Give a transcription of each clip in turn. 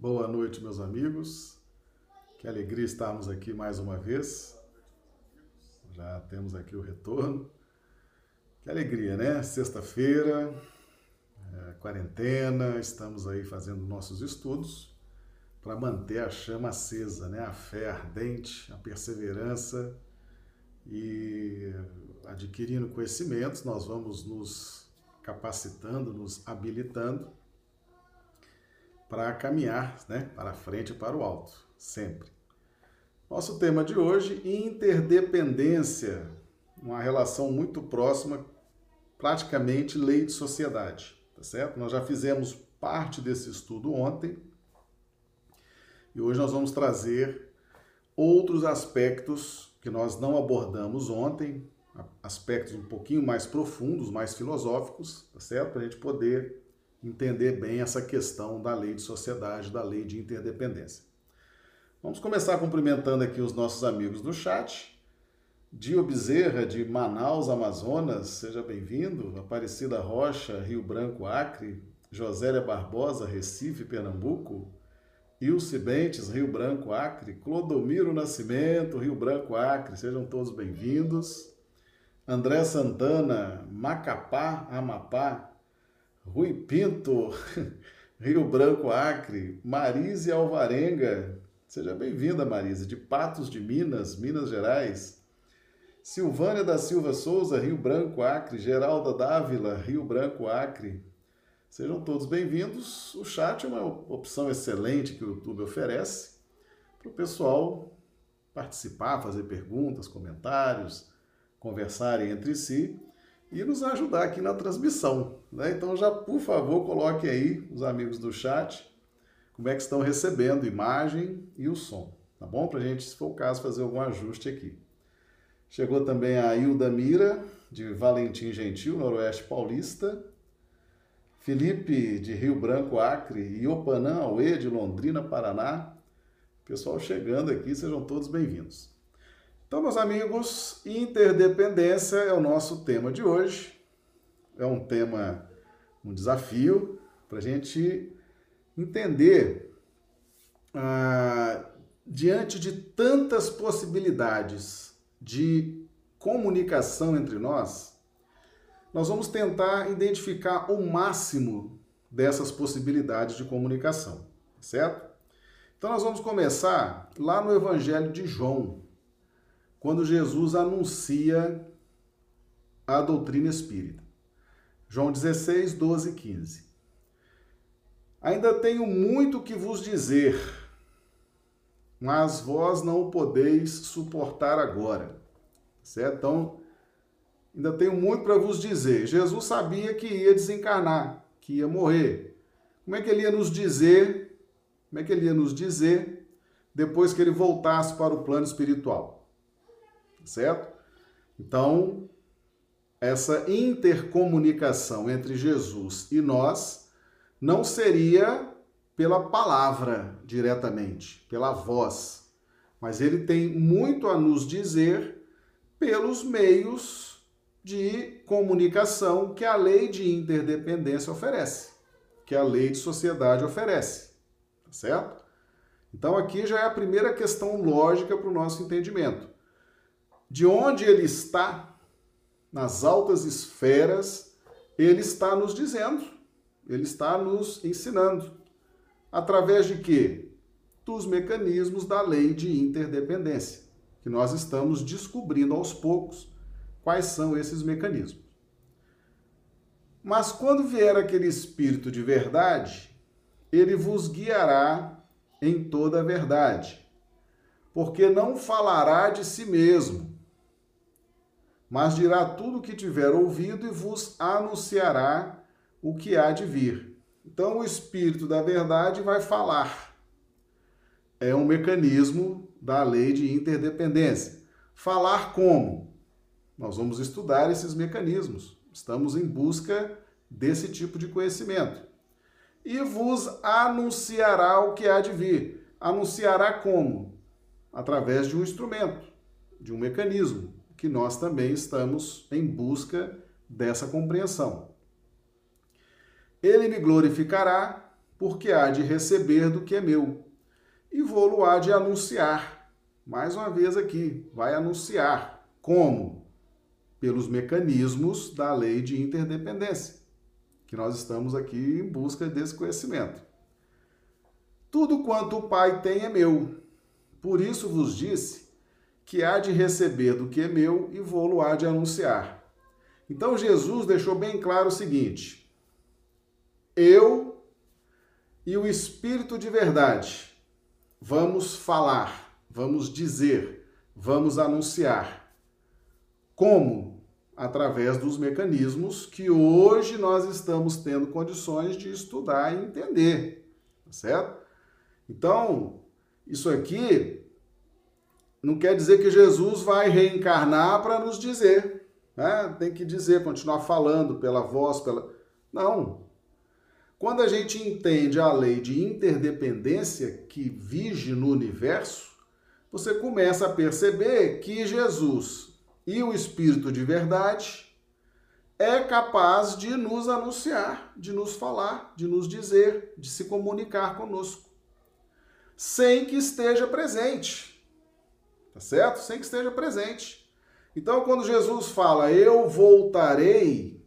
Boa noite, meus amigos. Que alegria estarmos aqui mais uma vez. Já temos aqui o retorno. Que alegria, né? Sexta-feira, quarentena, estamos aí fazendo nossos estudos para manter a chama acesa, né? A fé ardente, a perseverança e adquirindo conhecimentos, nós vamos nos capacitando, nos habilitando para caminhar, né, para frente e para o alto, sempre. Nosso tema de hoje, interdependência, uma relação muito próxima, praticamente lei de sociedade, tá certo? Nós já fizemos parte desse estudo ontem e hoje nós vamos trazer outros aspectos que nós não abordamos ontem, aspectos um pouquinho mais profundos, mais filosóficos, tá certo? Para a gente poder entender bem essa questão da lei de sociedade, da lei de interdependência. Vamos começar cumprimentando aqui os nossos amigos do chat. Dio Bezerra, de Manaus, Amazonas, seja bem-vindo. Aparecida Rocha, Rio Branco, Acre. Josélia Barbosa, Recife, Pernambuco. Ilse Bentes, Rio Branco, Acre. Clodomiro Nascimento, Rio Branco, Acre. Sejam todos bem-vindos. André Santana, Macapá, Amapá. Rui Pinto, Rio Branco, Acre. Marise Alvarenga, seja bem-vinda, Marise, de Patos de Minas, Minas Gerais. Silvânia da Silva Souza, Rio Branco, Acre. Geralda Dávila, Rio Branco, Acre. Sejam todos bem-vindos. O chat é uma opção excelente que o YouTube oferece para o pessoal participar, fazer perguntas, comentários, conversarem entre si e nos ajudar aqui na transmissão, né? Então já, por favor, coloque aí os amigos do chat como é que estão recebendo a imagem e o som, tá bom? Para a gente, se for o caso, fazer algum ajuste aqui. Chegou também a Hilda Mira, de Valentim Gentil, Noroeste Paulista. Felipe, de Rio Branco, Acre. Iopanã Aue, de Londrina, Paraná. Pessoal chegando aqui, sejam todos bem-vindos. Então, meus amigos, interdependência é o nosso tema de hoje. É um tema, um desafio para a gente entender, diante de tantas possibilidades de comunicação entre nós, nós vamos tentar identificar o máximo dessas possibilidades de comunicação, certo? Então, nós vamos começar lá no Evangelho de João, quando Jesus anuncia a doutrina espírita. João 16, 12 e 15. Ainda tenho muito que vos dizer, mas vós não o podeis suportar agora. Certo? Então, ainda tenho muito para vos dizer. Jesus sabia que ia desencarnar, que ia morrer. Como é que ele ia nos dizer? Como é que ele ia nos dizer depois que ele voltasse para o plano espiritual? Certo? Então, essa intercomunicação entre Jesus e nós não seria pela palavra diretamente, pela voz, mas ele tem muito a nos dizer pelos meios de comunicação que a lei de interdependência oferece, que a lei de sociedade oferece, tá certo? Então aqui já é a primeira questão lógica para o nosso entendimento. De onde ele está, nas altas esferas, ele está nos dizendo, ele está nos ensinando. Através de quê? Dos mecanismos da lei de interdependência, que nós estamos descobrindo aos poucos quais são esses mecanismos. Mas quando vier aquele Espírito de verdade, ele vos guiará em toda a verdade, porque não falará de si mesmo, mas dirá tudo o que tiver ouvido e vos anunciará o que há de vir. Então, o Espírito da verdade vai falar. É um mecanismo da lei de interdependência. Falar como? Nós vamos estudar esses mecanismos. Estamos em busca desse tipo de conhecimento. E vos anunciará o que há de vir. Anunciará como? Através de um instrumento, de um mecanismo, que nós também estamos em busca dessa compreensão. Ele me glorificará, porque há de receber do que é meu, e vou-lo há de anunciar. Mais uma vez aqui, vai anunciar. Como? Pelos mecanismos da lei de interdependência, que nós estamos aqui em busca desse conhecimento. Tudo quanto o Pai tem é meu. Por isso vos disse que há de receber do que é meu e vou-lo há de anunciar. Então Jesus deixou bem claro o seguinte: eu e o Espírito de verdade vamos falar, vamos dizer, vamos anunciar. Como? Através dos mecanismos que hoje nós estamos tendo condições de estudar e entender, tá certo? Então, isso aqui não quer dizer que Jesus vai reencarnar para nos dizer, né? Tem que dizer, continuar falando pela voz, pela... Não. Quando a gente entende a lei de interdependência que vige no universo, você começa a perceber que Jesus e o Espírito de verdade é capaz de nos anunciar, de nos falar, de nos dizer, de se comunicar conosco, sem que esteja presente, tá certo? Sem que esteja presente. Então, quando Jesus fala, eu voltarei,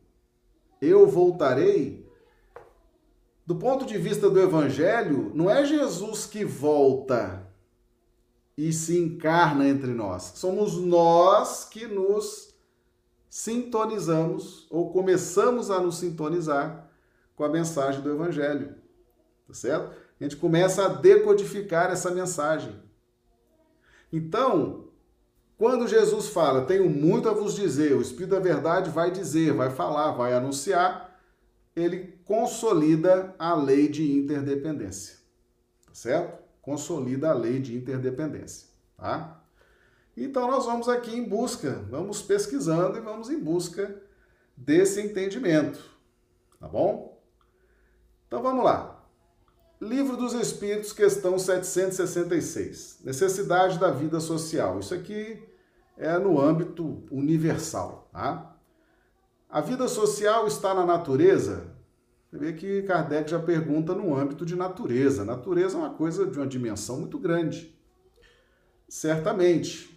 do ponto de vista do Evangelho, não é Jesus que volta e se encarna entre nós. Somos nós que nos sintonizamos ou começamos a nos sintonizar com a mensagem do Evangelho, tá certo? A gente começa a decodificar essa mensagem. Então, quando Jesus fala, tenho muito a vos dizer, o Espírito da Verdade vai dizer, vai falar, vai anunciar, ele consolida a lei de interdependência, tá certo? Consolida a lei de interdependência, tá? Então, nós vamos aqui em busca, vamos pesquisando e vamos em busca desse entendimento, tá bom? Então, vamos lá. Livro dos Espíritos, questão 766. Necessidade da vida social. Isso aqui é no âmbito universal, tá? A vida social está na natureza? Você vê que Kardec já pergunta no âmbito de natureza. Natureza é uma coisa de uma dimensão muito grande. Certamente.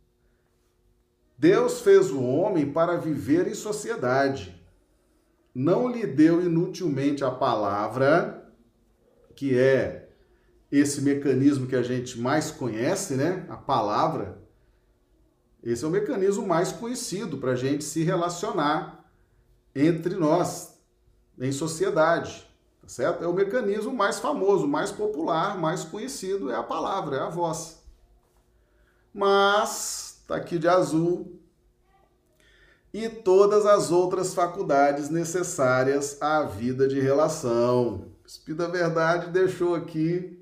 Deus fez o homem para viver em sociedade. Não lhe deu inutilmente a palavra, que é esse mecanismo que a gente mais conhece, né? A palavra. Esse é o mecanismo mais conhecido para a gente se relacionar entre nós, em sociedade, tá certo? É o mecanismo mais famoso, mais popular, mais conhecido, é a palavra, é a voz. Mas, tá aqui de azul, e todas as outras faculdades necessárias à vida de relação. O Espírito da Verdade deixou aqui,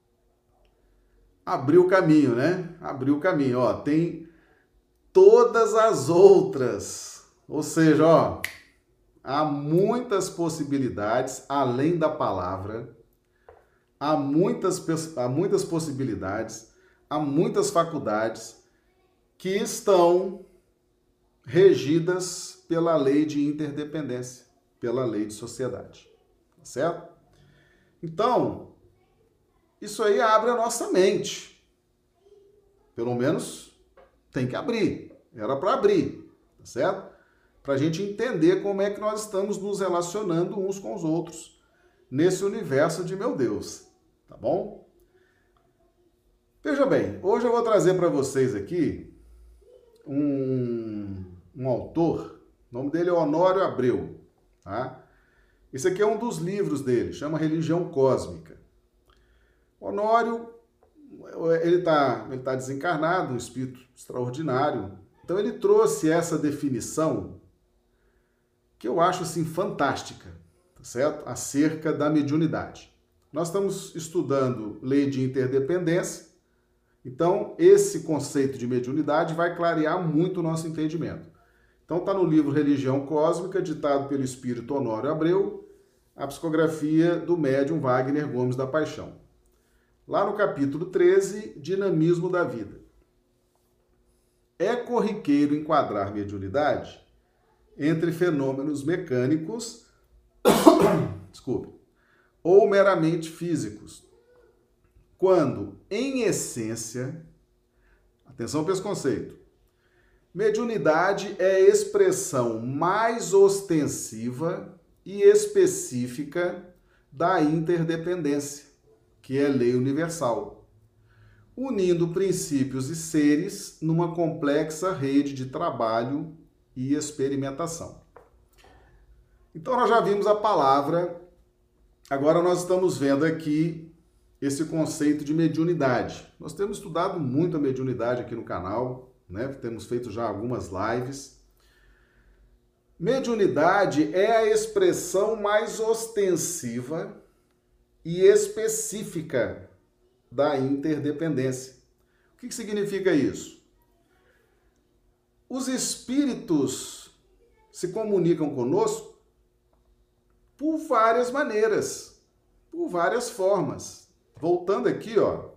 abriu o caminho, né? Abriu o caminho, ó, tem todas as outras, ou seja, ó, há muitas possibilidades além da palavra, há muitas possibilidades, há muitas faculdades que estão regidas pela lei de interdependência, pela lei de sociedade, tá certo? Então, isso aí abre a nossa mente. Pelo menos tem que abrir. Era para abrir, tá certo? Para a gente entender como é que nós estamos nos relacionando uns com os outros nesse universo de meu Deus, tá bom? Veja bem, hoje eu vou trazer para vocês aqui um autor, o nome dele é Honório Abreu, tá? Esse aqui é um dos livros dele, chama Religião Cósmica. Honório, ele tá desencarnado, um espírito extraordinário, então ele trouxe essa definição que eu acho assim fantástica, tá certo? Acerca da mediunidade. Nós estamos estudando lei de interdependência, então esse conceito de mediunidade vai clarear muito o nosso entendimento. Então está no livro Religião Cósmica, ditado pelo espírito Honório Abreu, a psicografia do médium Wagner Gomes da Paixão. Lá no capítulo 13, Dinamismo da Vida. É corriqueiro enquadrar mediunidade entre fenômenos mecânicos, desculpe, ou meramente físicos. Quando, em essência, atenção para esse conceito, mediunidade é a expressão mais ostensiva e específica da interdependência, que é lei universal, unindo princípios e seres numa complexa rede de trabalho e experimentação. Então, nós já vimos a palavra, agora nós estamos vendo aqui esse conceito de mediunidade. Nós temos estudado muito a mediunidade aqui no canal, né? Temos feito já algumas lives. Mediunidade é a expressão mais ostensiva e específica da interdependência. O que significa isso? Os espíritos se comunicam conosco por várias maneiras, por várias formas. Voltando aqui, ó,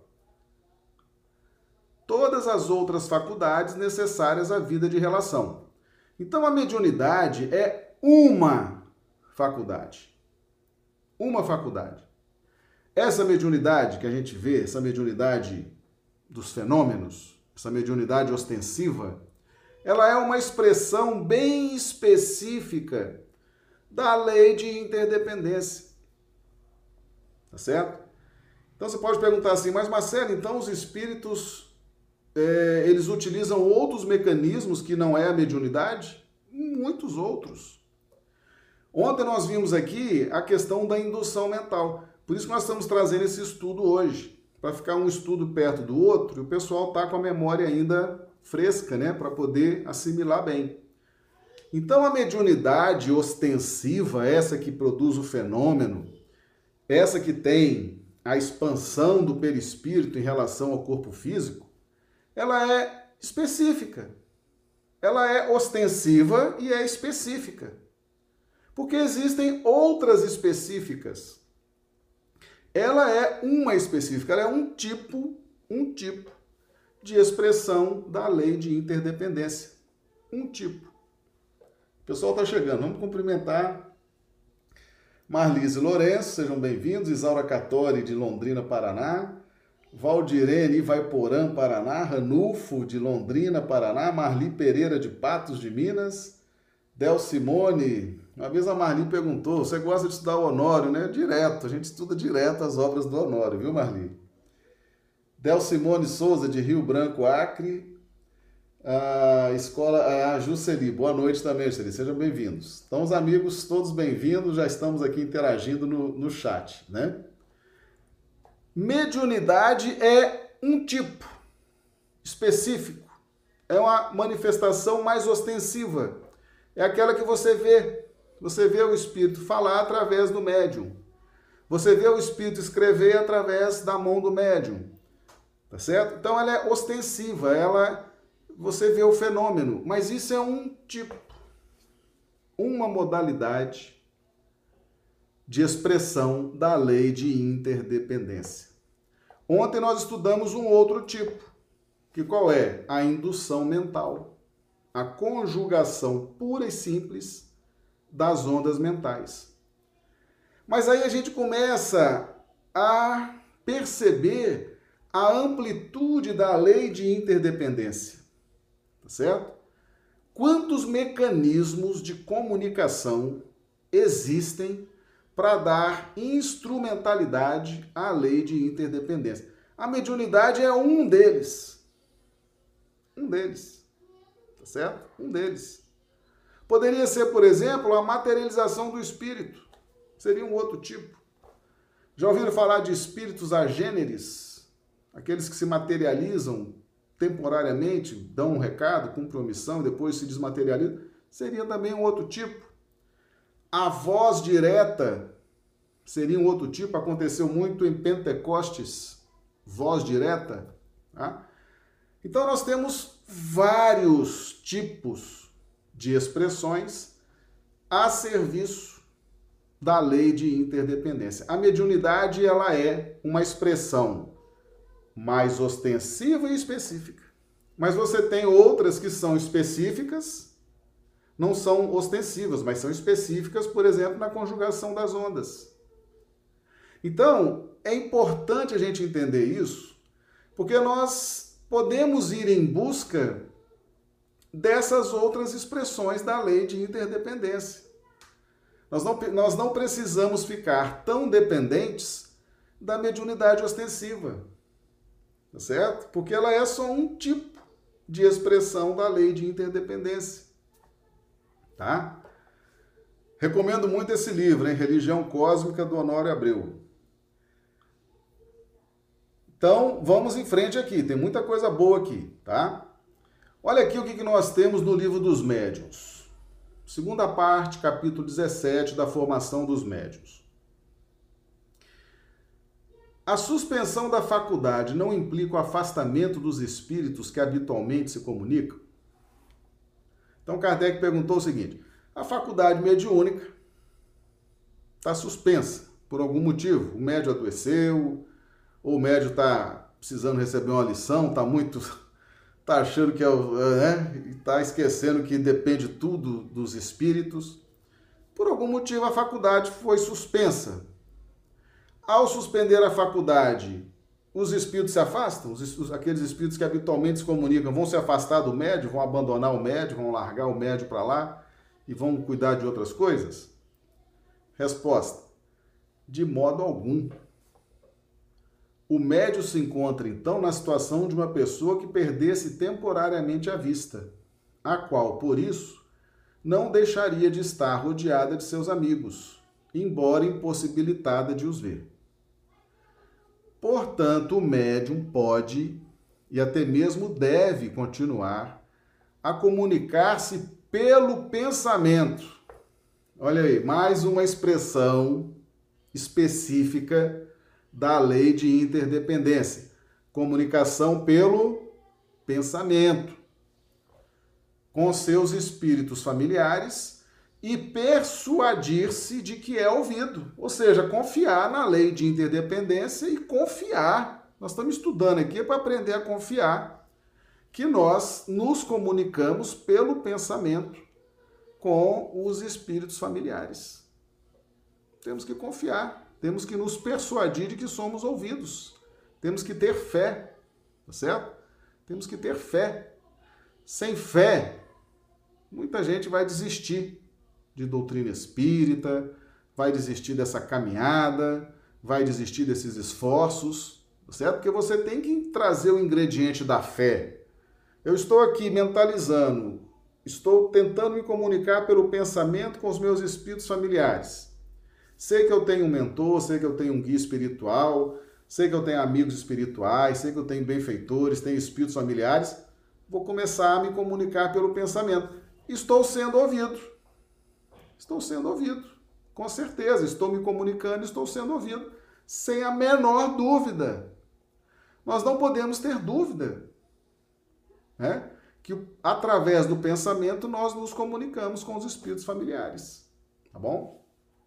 todas as outras faculdades necessárias à vida de relação. Então, a mediunidade é uma faculdade. Uma faculdade. Essa mediunidade que a gente vê, essa mediunidade dos fenômenos, essa mediunidade ostensiva, ela é uma expressão bem específica da lei de interdependência. Tá certo? Então você pode perguntar assim, mas Marcelo, então os espíritos, eles utilizam outros mecanismos que não é a mediunidade? Muitos outros. Ontem nós vimos aqui a questão da indução mental. Por isso que nós estamos trazendo esse estudo hoje, para ficar um estudo perto do outro e o pessoal está com a memória ainda fresca, né, para poder assimilar bem. Então a mediunidade ostensiva, essa que produz o fenômeno, essa que tem a expansão do perispírito em relação ao corpo físico, ela é específica. Ela é ostensiva e é específica. Porque existem outras específicas. Ela é uma específica, ela é um tipo de expressão da lei de interdependência. Um tipo. O pessoal está chegando, vamos cumprimentar Marlise Lourenço, sejam bem-vindos. Isaura Catori, de Londrina, Paraná. Valdirene, Ivaiporã, Paraná. Ranulfo, de Londrina, Paraná. Marli Pereira, de Patos de Minas. Del Simone, uma vez a Marli perguntou, você gosta de estudar o Honório, né? Direto, a gente estuda direto as obras do Honório, viu, Marli? Del Simone Souza, de Rio Branco, Acre. A Jusceli, boa noite também, Jusceli, sejam bem-vindos. Então, os amigos, todos bem-vindos, já estamos aqui interagindo no chat, né? Mediunidade é um tipo específico, é uma manifestação mais ostensiva, é aquela que você vê o espírito falar através do médium, você vê o espírito escrever através da mão do médium, tá certo? Então, ela é ostensiva, você vê o fenômeno, mas isso é um tipo, uma modalidade de expressão da lei de interdependência. Ontem nós estudamos um outro tipo, que qual é? A indução mental, a conjugação pura e simples das ondas mentais. Mas aí a gente começa a perceber a amplitude da lei de interdependência. Tá certo? Quantos mecanismos de comunicação existem para dar instrumentalidade à lei de interdependência? A mediunidade é um deles. Um deles. Tá certo? Um deles. Poderia ser, por exemplo, a materialização do espírito. Seria um outro tipo. Já ouviram falar de espíritos agêneres? Aqueles que se materializam temporariamente, dão um recado, cumprem uma missão, depois se desmaterializam, seria também um outro tipo. A voz direta seria um outro tipo, aconteceu muito em Pentecostes, voz direta. Tá? Então nós temos vários tipos de expressões a serviço da lei de interdependência. A mediunidade, ela é uma expressão mais ostensiva e específica. Mas você tem outras que são específicas, não são ostensivas, mas são específicas, por exemplo, na conjugação das ondas. Então, é importante a gente entender isso, porque nós podemos ir em busca dessas outras expressões da lei de interdependência. Nós não precisamos ficar tão dependentes da mediunidade ostensiva, tá certo? Porque ela é só um tipo de expressão da lei de interdependência, tá? Recomendo muito esse livro, hein? Religião Cósmica, do Honório Abreu. Então, vamos em frente aqui, tem muita coisa boa aqui, tá? Olha aqui o que nós temos no Livro dos Médiuns. Segunda parte, capítulo 17, da formação dos médiuns. A suspensão da faculdade não implica o afastamento dos espíritos que habitualmente se comunicam? Então, Kardec perguntou o seguinte: a faculdade mediúnica está suspensa por algum motivo. O médium adoeceu, ou o médium está precisando receber uma lição, está achando que está esquecendo que depende tudo dos espíritos. Por algum motivo a faculdade foi suspensa. Ao suspender a faculdade, os espíritos se afastam? Aqueles espíritos que habitualmente se comunicam vão se afastar do médium, vão abandonar o médium, vão largar o médium para lá e vão cuidar de outras coisas? Resposta: de modo algum. O médium se encontra, então, na situação de uma pessoa que perdesse temporariamente a vista, a qual, por isso, não deixaria de estar rodeada de seus amigos, embora impossibilitada de os ver. Portanto, o médium pode, e até mesmo deve continuar, a comunicar-se pelo pensamento. Olha aí, mais uma expressão específica da lei de interdependência. Comunicação pelo pensamento com seus espíritos familiares e persuadir-se de que é ouvido. Ou seja, confiar na lei de interdependência e confiar. Nós estamos estudando aqui para aprender a confiar que nós nos comunicamos pelo pensamento com os espíritos familiares. Temos que confiar. Temos que nos persuadir de que somos ouvidos. Temos que ter fé, tá certo? Temos que ter fé. Sem fé, muita gente vai desistir de doutrina espírita, vai desistir dessa caminhada, vai desistir desses esforços, tá certo? Porque você tem que trazer o ingrediente da fé. Eu estou aqui mentalizando, estou tentando me comunicar pelo pensamento com os meus espíritos familiares. Sei que eu tenho um mentor, sei que eu tenho um guia espiritual, sei que eu tenho amigos espirituais, sei que eu tenho benfeitores, tenho espíritos familiares. Vou começar a me comunicar pelo pensamento. Estou sendo ouvido. Estou sendo ouvido. Com certeza, estou me comunicando, estou sendo ouvido. Sem a menor dúvida. Nós não podemos ter dúvida, né? Que através do pensamento nós nos comunicamos com os espíritos familiares. Tá bom?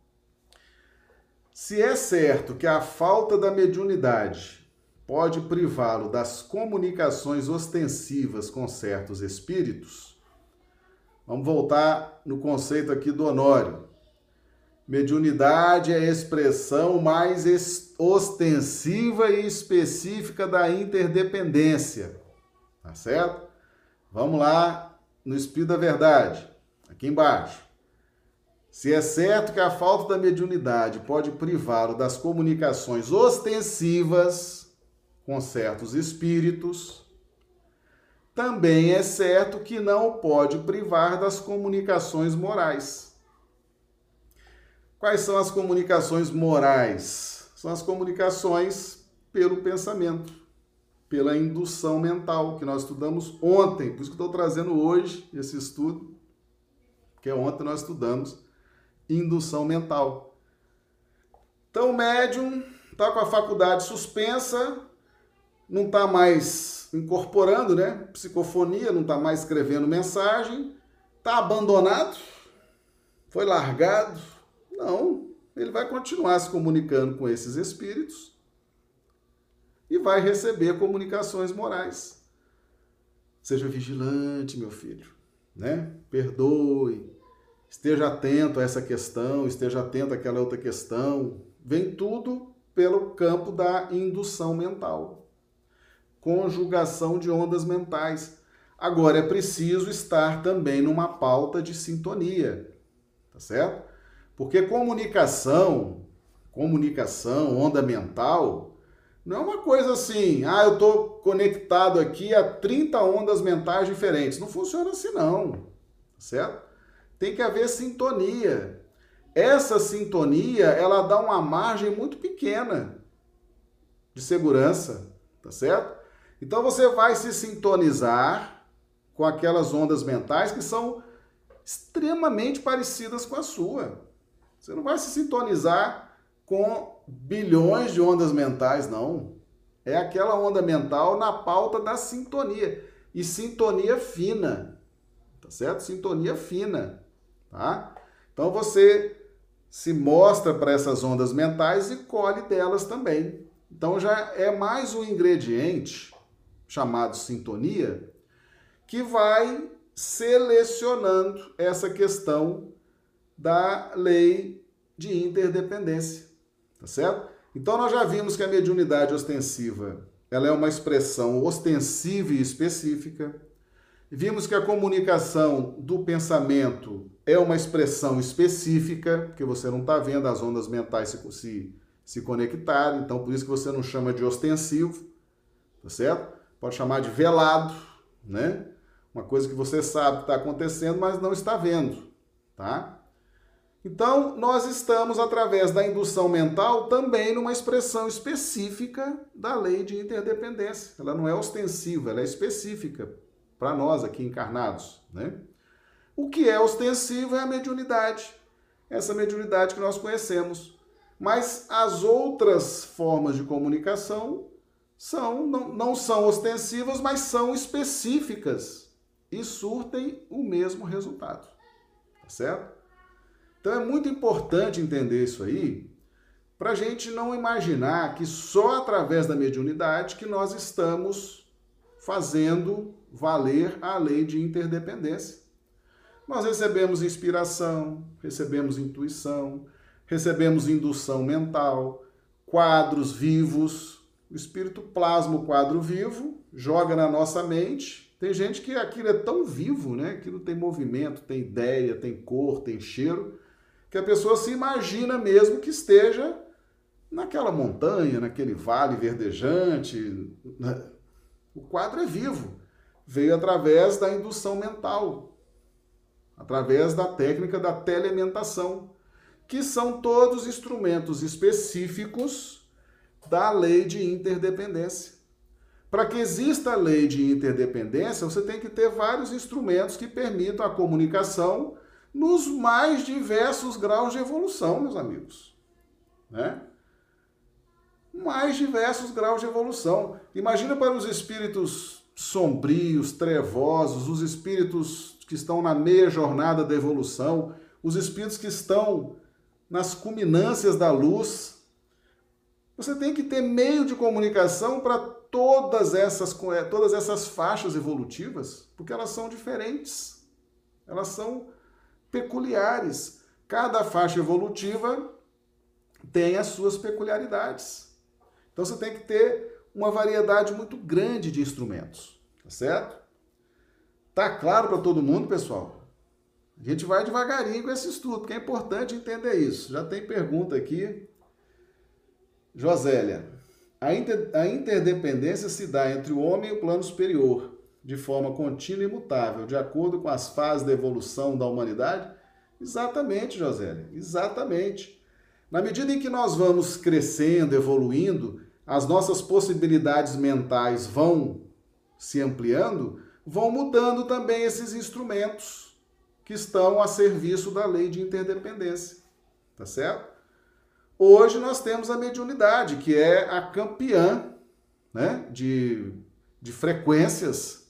Se é certo que a falta da mediunidade pode privá-lo das comunicações ostensivas com certos espíritos, vamos voltar no conceito aqui do Honório. Mediunidade é a expressão mais ostensiva e específica da interdependência. Tá certo? Vamos lá no Espírito da Verdade, aqui embaixo. Se é certo que a falta da mediunidade pode privá-lo das comunicações ostensivas com certos espíritos, também é certo que não o pode privar das comunicações morais. Quais são as comunicações morais? São as comunicações pelo pensamento, pela indução mental, que nós estudamos ontem. Por isso que estou trazendo hoje esse estudo, porque ontem nós estudamos indução mental. Então o médium está com a faculdade suspensa, não está mais incorporando, né? Psicofonia, não está mais escrevendo mensagem, está abandonado, foi largado. Não, ele vai continuar se comunicando com esses espíritos e vai receber comunicações morais. Seja vigilante, meu filho, né? Perdoe, esteja atento a essa questão, esteja atento àquela outra questão. Vem tudo pelo campo da indução mental, conjugação de ondas mentais. Agora, é preciso estar também numa pauta de sintonia, tá certo? Porque comunicação, onda mental, não é uma coisa assim, eu estou conectado aqui a 30 ondas mentais diferentes. Não funciona assim não, tá certo? Tem que haver sintonia. Essa sintonia, ela dá uma margem muito pequena de segurança, tá certo? Então você vai se sintonizar com aquelas ondas mentais que são extremamente parecidas com a sua. Você não vai se sintonizar com bilhões de ondas mentais, não. É aquela onda mental na pauta da sintonia. E sintonia fina, tá certo? Sintonia fina, tá? Então você se mostra para essas ondas mentais e colhe delas também. Então já é mais um ingrediente chamado sintonia que vai selecionando essa questão da lei de interdependência, tá certo? Então nós já vimos que a mediunidade ostensiva, ela é uma expressão ostensiva e específica. Vimos que a comunicação do pensamento é uma expressão específica, porque você não está vendo as ondas mentais se conectarem, então por isso que você não chama de ostensivo, tá certo? Pode chamar de velado, né? Uma coisa que você sabe que está acontecendo, mas não está vendo, tá? Então, nós estamos, através da indução mental, também numa expressão específica da lei de interdependência. Ela não é ostensiva, ela é específica para nós aqui encarnados, né? O que é ostensivo é a mediunidade, essa mediunidade que nós conhecemos. Mas as outras formas de comunicação não são ostensivas, mas são específicas e surtem o mesmo resultado, tá certo? Então é muito importante entender isso aí, para a gente não imaginar que só através da mediunidade que nós estamos fazendo valer a lei de interdependência. Nós recebemos inspiração, recebemos intuição, recebemos indução mental, quadros vivos. O espírito plasma o quadro vivo, joga na nossa mente. Tem gente que aquilo é tão vivo, né? Aquilo tem movimento, tem ideia, tem cor, tem cheiro, que a pessoa se imagina mesmo que esteja naquela montanha, naquele vale verdejante. O quadro é vivo. Veio através da indução mental, através da técnica da telementação, que são todos instrumentos específicos da lei de interdependência. Para que exista a lei de interdependência, você tem que ter vários instrumentos que permitam a comunicação nos mais diversos graus de evolução, meus amigos, né? Mais diversos graus de evolução. Imagina para os espíritos sombrios, trevosos, os espíritos que estão na meia jornada da evolução, os espíritos que estão nas culminâncias da luz. Você tem que ter meio de comunicação para todas essas faixas evolutivas, porque elas são diferentes, elas são peculiares. Cada faixa evolutiva tem as suas peculiaridades. Então você tem que ter uma variedade muito grande de instrumentos, tá certo? Tá claro para todo mundo, pessoal? A gente vai devagarinho com esse estudo, porque é importante entender isso. Já tem pergunta aqui. Josélia, a interdependência se dá entre o homem e o plano superior, de forma contínua e imutável, de acordo com as fases da evolução da humanidade? Exatamente, Josélia, exatamente. Na medida em que nós vamos crescendo, evoluindo, as nossas possibilidades mentais vão se ampliando, vão mudando também esses instrumentos que estão a serviço da lei de interdependência, tá certo? Hoje nós temos a mediunidade, que é a campeã, né, de frequências,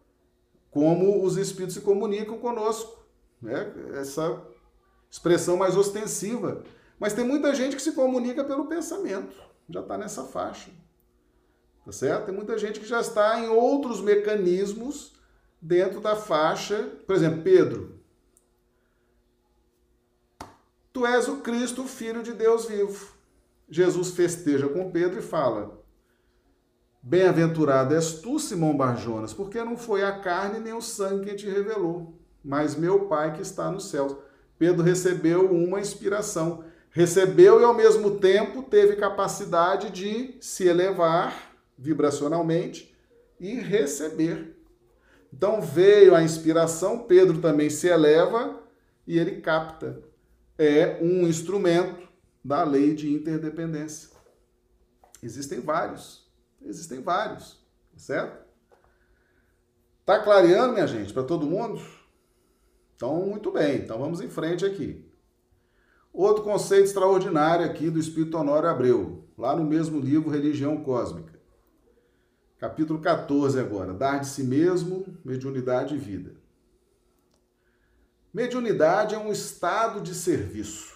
como os espíritos se comunicam conosco, né? Essa expressão mais ostensiva. Mas tem muita gente que se comunica pelo pensamento, já está nessa faixa, tá certo? Tem muita gente que já está em outros mecanismos dentro da faixa. Por exemplo, Pedro, tu és o Cristo, o Filho de Deus vivo. Jesus festeja com Pedro e fala: bem-aventurado és tu, Simão Barjonas, porque não foi a carne nem o sangue quem te revelou, mas meu Pai que está nos céus. Pedro recebeu uma inspiração. Recebeu e, ao mesmo tempo, teve capacidade de se elevar vibracionalmente e receber. Então, veio a inspiração, Pedro também se eleva e ele capta. É um instrumento da lei de interdependência. Existem vários, certo? Tá clareando, minha gente, para todo mundo? Então, muito bem. Então, vamos em frente aqui. Outro conceito extraordinário aqui do Espírito Honório Abreu, lá no mesmo livro Religião Cósmica. Capítulo 14 agora, dar de si mesmo, mediunidade e vida. Mediunidade é um estado de serviço.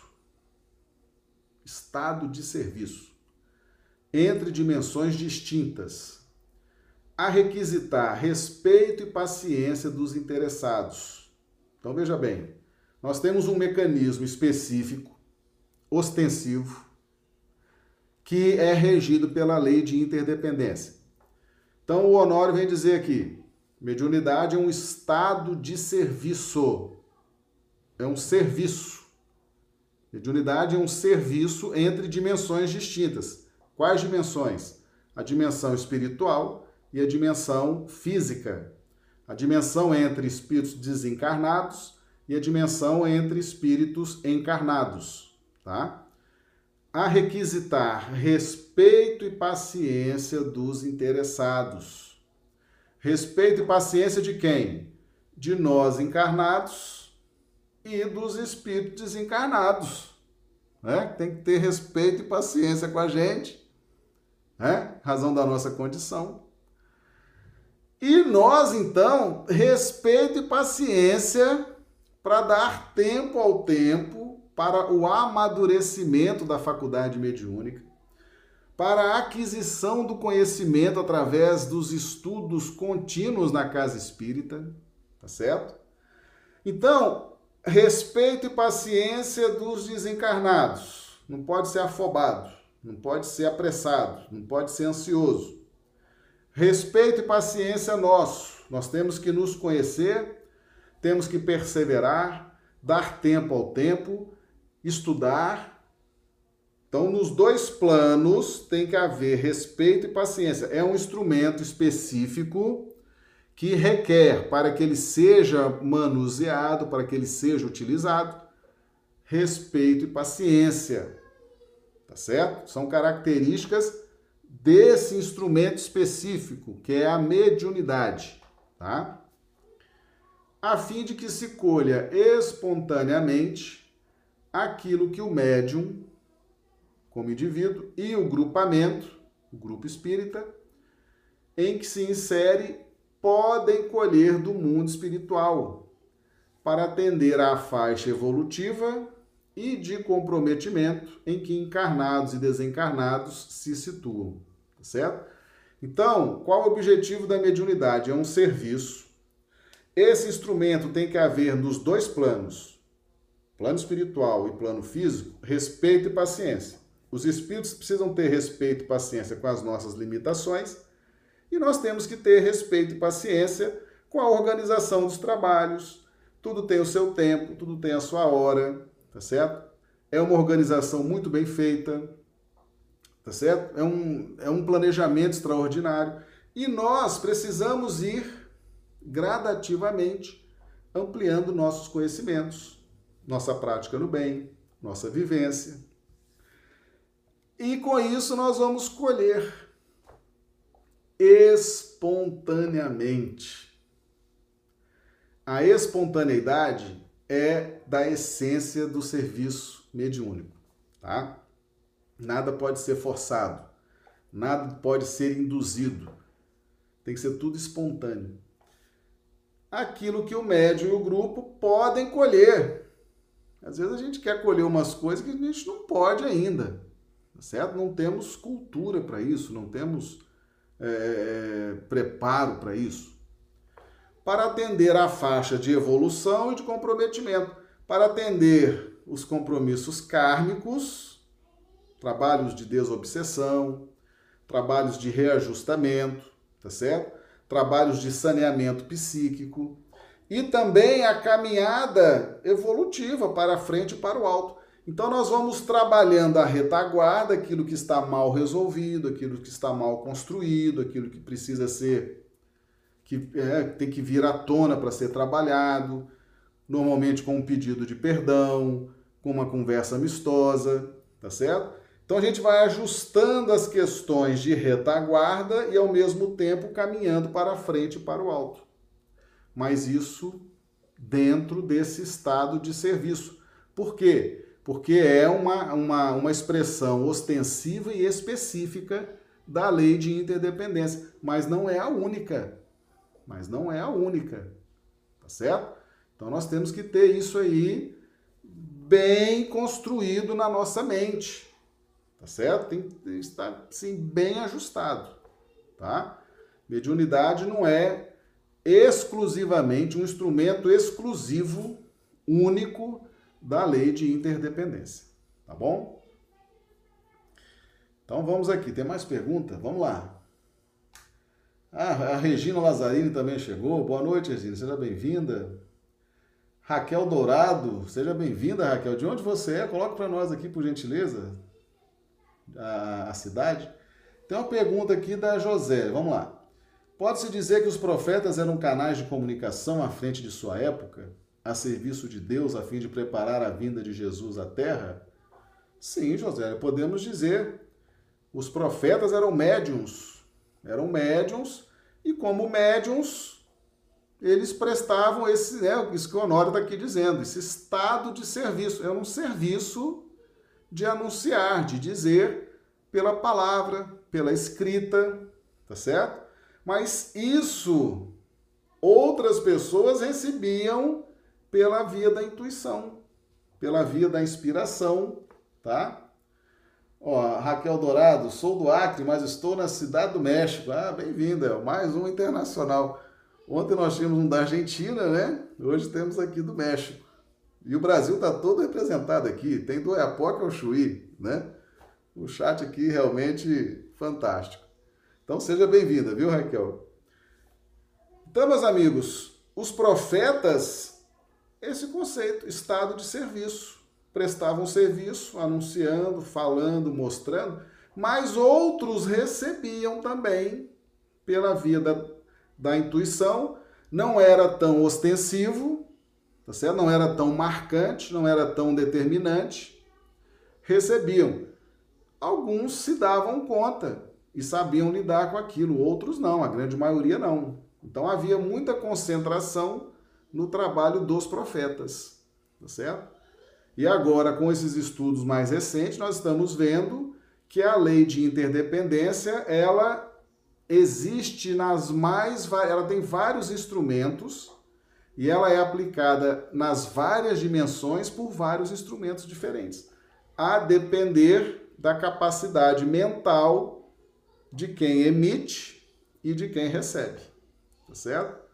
Estado de serviço. Entre dimensões distintas. A requisitar respeito e paciência dos interessados. Então, veja bem, nós temos um mecanismo específico, ostensivo, que é regido pela lei de interdependência. Então, o Honório vem dizer aqui, mediunidade é um estado de serviço. É um serviço. Mediunidade é um serviço entre dimensões distintas. Quais dimensões? A dimensão espiritual e a dimensão física. A dimensão entre espíritos desencarnados e a dimensão entre espíritos encarnados, tá? A requisitar respeito e paciência dos interessados. Respeito e paciência de quem? De nós encarnados e dos espíritos desencarnados, né? Tem que ter respeito e paciência com a gente, né? Razão da nossa condição. E nós, então, respeito e paciência para dar tempo ao tempo para o amadurecimento da faculdade mediúnica, para a aquisição do conhecimento através dos estudos contínuos na casa espírita, tá certo? Então, respeito e paciência dos desencarnados. Não pode ser afobado, não pode ser apressado, não pode ser ansioso. Respeito e paciência nosso. Nós temos que nos conhecer, temos que perseverar, dar tempo ao tempo, estudar. Então, nos dois planos tem que haver respeito e paciência. É um instrumento específico que requer, para que ele seja manuseado, para que ele seja utilizado, respeito e paciência. Tá certo? São características desse instrumento específico, que é a mediunidade, tá? A fim de que se colha espontaneamente aquilo que o médium, como indivíduo, e o grupamento, o grupo espírita, em que se insere, podem colher do mundo espiritual, para atender à faixa evolutiva e de comprometimento em que encarnados e desencarnados se situam, tá certo? Então, qual o objetivo da mediunidade? É um serviço. Esse instrumento tem que haver nos dois planos, plano espiritual e plano físico, respeito e paciência. Os espíritos precisam ter respeito e paciência com as nossas limitações e nós temos que ter respeito e paciência com a organização dos trabalhos. Tudo tem o seu tempo, tudo tem a sua hora, tá certo? É uma organização muito bem feita, tá certo? É um planejamento extraordinário e nós precisamos ir gradativamente ampliando nossos conhecimentos, nossa prática no bem, nossa vivência. E com isso nós vamos colher espontaneamente. A espontaneidade é da essência do serviço mediúnico, tá? Nada pode ser forçado, nada pode ser induzido. Tem que ser tudo espontâneo. Aquilo que o médium e o grupo podem colher. Às vezes a gente quer colher umas coisas que a gente não pode ainda, tá certo? Não temos cultura para isso, não temos preparo para isso. Para atender à faixa de evolução e de comprometimento, para atender os compromissos kármicos, trabalhos de desobsessão, trabalhos de reajustamento, tá certo? Trabalhos de saneamento psíquico e também a caminhada evolutiva para frente e para o alto. Então nós vamos trabalhando a retaguarda, aquilo que está mal resolvido, aquilo que está mal construído, aquilo que precisa ser, tem que vir à tona para ser trabalhado, normalmente com um pedido de perdão, com uma conversa amistosa, tá certo? Então a gente vai ajustando as questões de retaguarda e ao mesmo tempo caminhando para frente e para o alto. Mas isso dentro desse estado de serviço. Por quê? Porque é uma expressão ostensiva e específica da lei de interdependência, mas não é a única. Tá certo? Então nós temos que ter isso aí bem construído na nossa mente, tá certo? Tem que estar assim, bem ajustado, tá? Mediunidade não é exclusivamente um instrumento exclusivo, único da lei de interdependência, tá bom? Então vamos aqui, tem mais pergunta? Vamos lá. A Regina Lazzarini também chegou. Boa noite, Regina, seja bem-vinda. Raquel Dourado, seja bem-vinda, Raquel. De onde você é? Coloca para nós aqui, por gentileza, a cidade. Tem uma pergunta aqui da José, vamos lá. Pode-se dizer que os profetas eram canais de comunicação à frente de sua época, a serviço de Deus, a fim de preparar a vinda de Jesus à Terra? Sim, José, podemos dizer. Os profetas eram médiuns, e como médiuns, eles prestavam esse, isso que o Honório está aqui dizendo, esse estado de serviço. É um serviço de anunciar, de dizer pela palavra, pela escrita, tá certo? Mas isso outras pessoas recebiam pela via da intuição, pela via da inspiração, tá? Ó, Raquel Dourado, sou do Acre, mas estou na Cidade do México. Ah, bem-vinda, mais um internacional. Ontem nós tínhamos um da Argentina, né? Hoje temos aqui do México. E o Brasil está todo representado aqui. Tem do Oiapoque ao Chuí, né? O chat aqui realmente fantástico. Então seja bem-vinda, viu, Raquel? Então, meus amigos, os profetas, esse conceito, estado de serviço. Prestavam serviço, anunciando, falando, mostrando, mas outros recebiam também pela via da intuição. Não era tão ostensivo, tá certo? Não era tão marcante, não era tão determinante. Recebiam. Alguns se davam conta e sabiam lidar com aquilo, outros não, a grande maioria não. Então havia muita concentração no trabalho dos profetas, tá certo? E agora, com esses estudos mais recentes, nós estamos vendo que a lei de interdependência, ela existe ela tem vários instrumentos e ela é aplicada nas várias dimensões por vários instrumentos diferentes, a depender da capacidade mental de quem emite e de quem recebe, tá certo?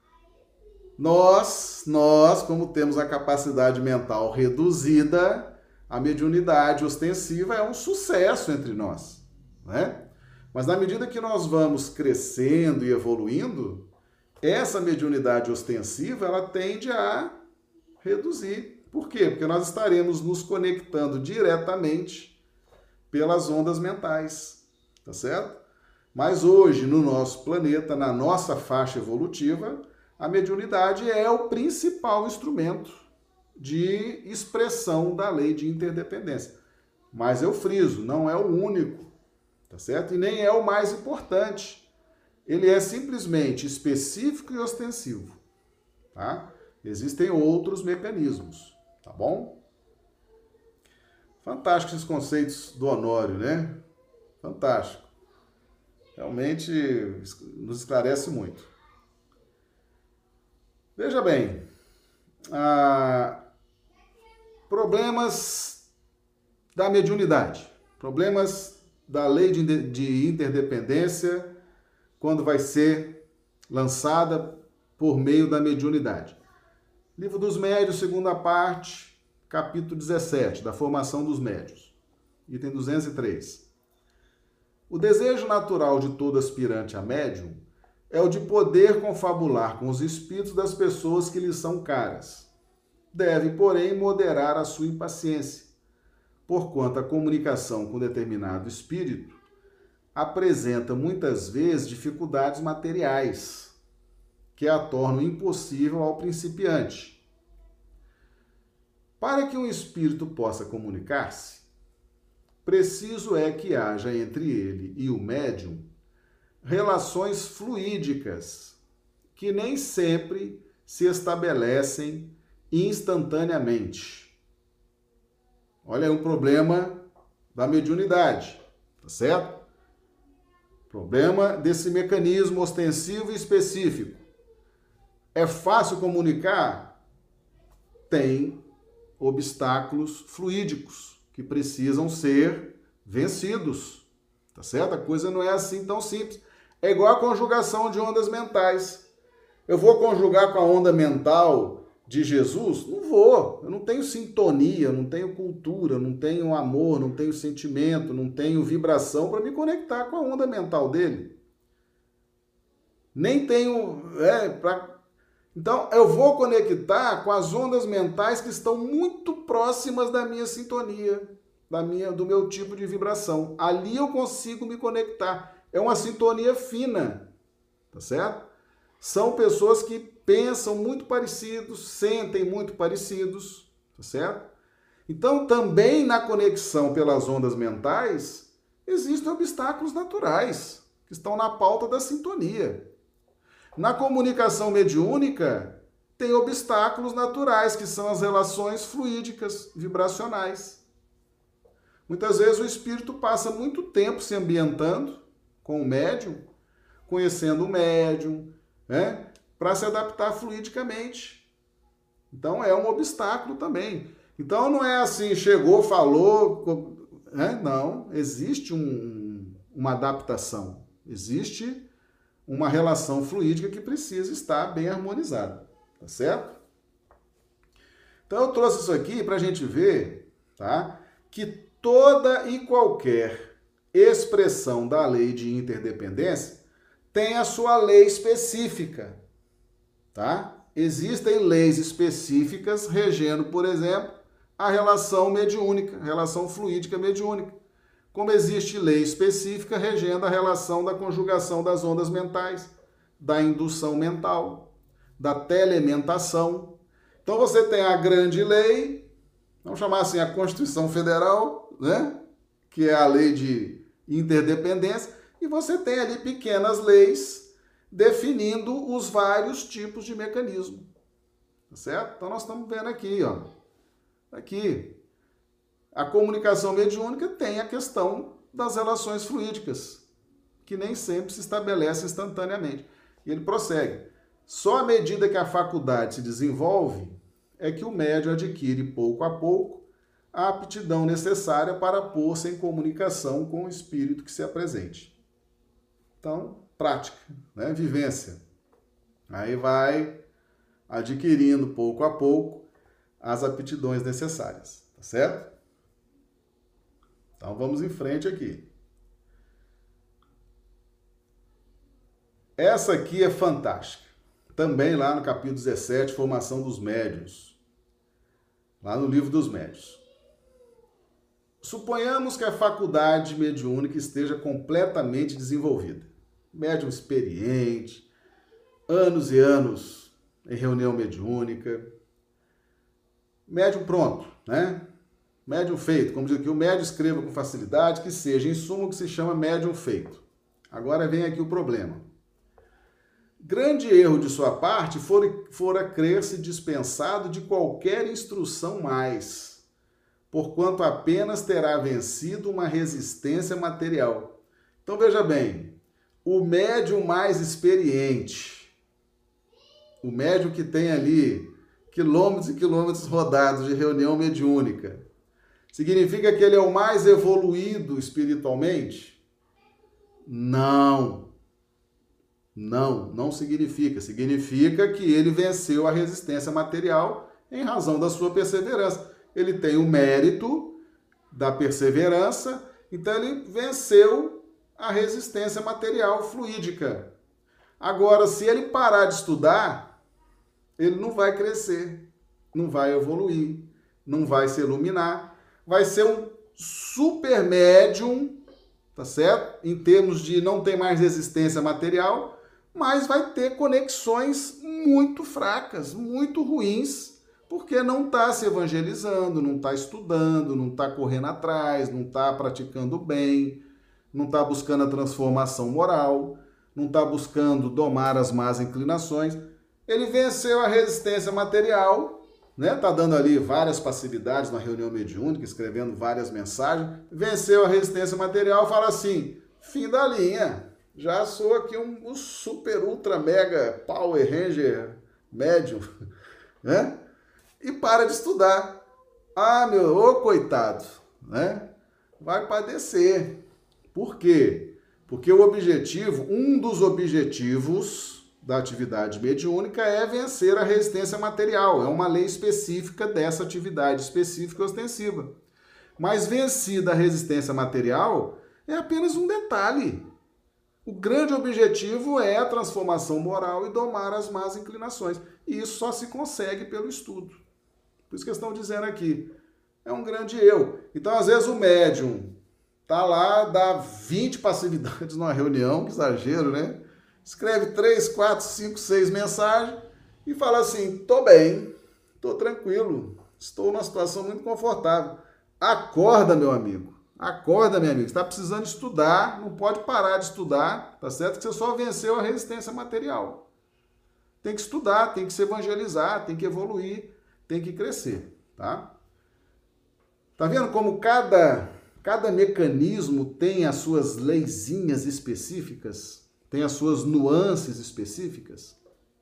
Nós, como temos a capacidade mental reduzida, a mediunidade ostensiva é um sucesso entre nós, né? Mas na medida que nós vamos crescendo e evoluindo, essa mediunidade ostensiva, ela tende a reduzir. Por quê? Porque nós estaremos nos conectando diretamente pelas ondas mentais, tá certo? Mas hoje, no nosso planeta, na nossa faixa evolutiva, a mediunidade é o principal instrumento de expressão da lei de interdependência. Mas eu friso, não é o único, tá certo? E nem é o mais importante. Ele é simplesmente específico e ostensivo, tá? Existem outros mecanismos, tá bom? Fantástico esses conceitos do Honório, né? Fantástico. Realmente nos esclarece muito. Veja bem, problemas da mediunidade, problemas da lei de interdependência quando vai ser lançada por meio da mediunidade. Livro dos Médios, segunda parte, capítulo 17, da formação dos médios. item 203. O desejo natural de todo aspirante a médium é o de poder confabular com os espíritos das pessoas que lhe são caras. Deve, porém, moderar a sua impaciência, porquanto a comunicação com determinado espírito apresenta muitas vezes dificuldades materiais, que a tornam impossível ao principiante. Para que um espírito possa comunicar-se, preciso é que haja entre ele e o médium relações fluídicas, que nem sempre se estabelecem instantaneamente. Olha aí um problema da mediunidade, tá certo? Problema desse mecanismo ostensivo e específico. É fácil comunicar? Tem obstáculos fluídicos que precisam ser vencidos, tá certo? A coisa não é assim tão simples. É igual a conjugação de ondas mentais. Eu vou conjugar com a onda mental de Jesus? Não vou. Eu não tenho sintonia, não tenho cultura, não tenho amor, não tenho sentimento, não tenho vibração para me conectar com a onda mental dele. Nem tenho... Então, eu vou conectar com as ondas mentais que estão muito próximas da minha sintonia, do meu tipo de vibração. Ali eu consigo me conectar. É uma sintonia fina, tá certo? São pessoas que pensam muito parecidos, sentem muito parecidos, tá certo? Então, também na conexão pelas ondas mentais, existem obstáculos naturais, que estão na pauta da sintonia. Na comunicação mediúnica, tem obstáculos naturais, que são as relações fluídicas, vibracionais. Muitas vezes o espírito passa muito tempo se ambientando com o médium, conhecendo o médium, né, para se adaptar fluidicamente. Então é um obstáculo também. Então não é assim, chegou, falou, né? Não, existe uma adaptação, existe uma relação fluídica que precisa estar bem harmonizada, tá certo? Então eu trouxe isso aqui para a gente ver, tá, que toda e qualquer expressão da lei de interdependência tem a sua lei específica, tá? Existem leis específicas regendo, por exemplo, a relação mediúnica, a relação fluídica mediúnica. Como existe lei específica regendo a relação da conjugação das ondas mentais, da indução mental, da telementação. Então você tem a grande lei, vamos chamar assim a Constituição Federal, né? Que é a lei de interdependência, e você tem ali pequenas leis definindo os vários tipos de mecanismo, tá certo? Então nós estamos vendo aqui, ó, aqui, a comunicação mediúnica tem a questão das relações fluídicas, que nem sempre se estabelece instantaneamente. E ele prossegue. Só à medida que a faculdade se desenvolve é que o médium adquire pouco a pouco a aptidão necessária para pôr-se em comunicação com o espírito que se apresente. Então, prática, né? Vivência. Aí vai adquirindo pouco a pouco as aptidões necessárias, tá certo? Então, vamos em frente aqui. Essa aqui é fantástica. Também lá no capítulo 17, Formação dos Médiuns. Lá no Livro dos Médiuns. Suponhamos que a faculdade mediúnica esteja completamente desenvolvida. Médium experiente, anos e anos em reunião mediúnica. Médium pronto, né? Médium feito, como diz aqui, o médium escreva com facilidade, que seja, em suma, o que se chama médium feito. Agora vem aqui o problema. Grande erro de sua parte fora crer-se dispensado de qualquer instrução mais, porquanto apenas terá vencido uma resistência material. Então veja bem, o médium mais experiente, o médium que tem ali quilômetros e quilômetros rodados de reunião mediúnica, significa que ele é o mais evoluído espiritualmente? Não. Não significa. Significa que ele venceu a resistência material em razão da sua perseverança. Ele tem o mérito da perseverança, então ele venceu a resistência material fluídica. Agora, se ele parar de estudar, ele não vai crescer, não vai evoluir, não vai se iluminar, vai ser um super médium, tá certo? Em termos de não ter mais resistência material, mas vai ter conexões muito fracas, muito ruins, porque não está se evangelizando, não está estudando, não está correndo atrás, não está praticando bem, não está buscando a transformação moral, não está buscando domar as más inclinações. Ele venceu a resistência material, né? Tá dando ali várias passividades na reunião mediúnica, escrevendo várias mensagens, venceu a resistência material, fala assim, fim da linha, já sou aqui um super, ultra, mega, power ranger, médium, né? E para de estudar. Ah, meu, ô coitado, né? Vai padecer. Por quê? Porque o objetivo, um dos objetivos da atividade mediúnica é vencer a resistência material. É uma lei específica dessa atividade específica e ostensiva. Mas vencida a resistência material é apenas um detalhe. O grande objetivo é a transformação moral e domar as más inclinações. E isso só se consegue pelo estudo. Por isso que estão dizendo aqui. É um grande eu. Então, às vezes, o médium tá lá, dá 20 passividades numa reunião, que exagero, né? Escreve 3, 4, 5, 6 mensagens e fala assim, tô bem, tô tranquilo, estou numa situação muito confortável. Acorda, meu amigo. Acorda, minha amiga. Você está precisando estudar, não pode parar de estudar, tá certo? Que você só venceu a resistência material. Tem que estudar, tem que se evangelizar, tem que evoluir, tem que crescer, tá? Tá vendo como cada mecanismo tem as suas leizinhas específicas, tem as suas nuances específicas?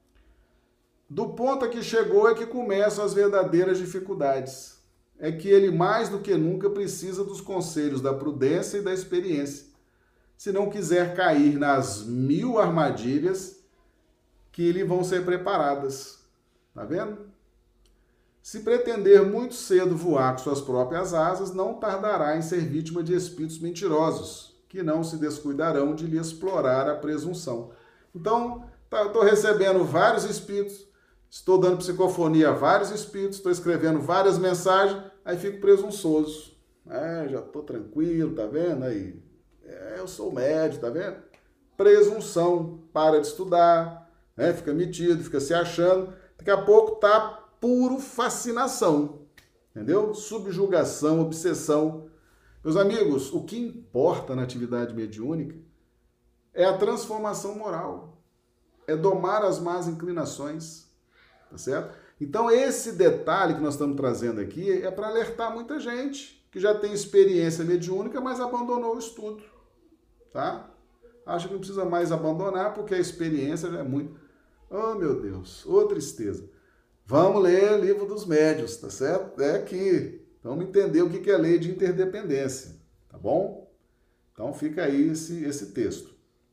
Do ponto a que chegou é que começam as verdadeiras dificuldades. É que ele mais do que nunca precisa dos conselhos da prudência e da experiência, se não quiser cair nas 1000 armadilhas que lhe vão ser preparadas. Tá vendo? Se pretender muito cedo voar com suas próprias asas, não tardará em ser vítima de espíritos mentirosos, que não se descuidarão de lhe explorar a presunção. Então, estou recebendo vários espíritos, estou dando psicofonia a vários espíritos, estou escrevendo várias mensagens, aí fico presunçoso. Já estou tranquilo, tá vendo? Aí, eu sou médio, tá vendo? Presunção, para de estudar, fica metido, fica se achando, daqui a pouco tá puro fascinação, entendeu? Subjugação, obsessão. Meus amigos, o que importa na atividade mediúnica é a transformação moral, é domar as más inclinações, tá certo? Então esse detalhe que nós estamos trazendo aqui é para alertar muita gente que já tem experiência mediúnica, mas abandonou o estudo, tá? Acho que não precisa mais abandonar porque a experiência já é muito... Oh, meu Deus, ô tristeza. Vamos ler o livro dos médiuns, tá certo? É aqui. Vamos entender o que é lei de interdependência, tá bom? Então fica aí esse texto.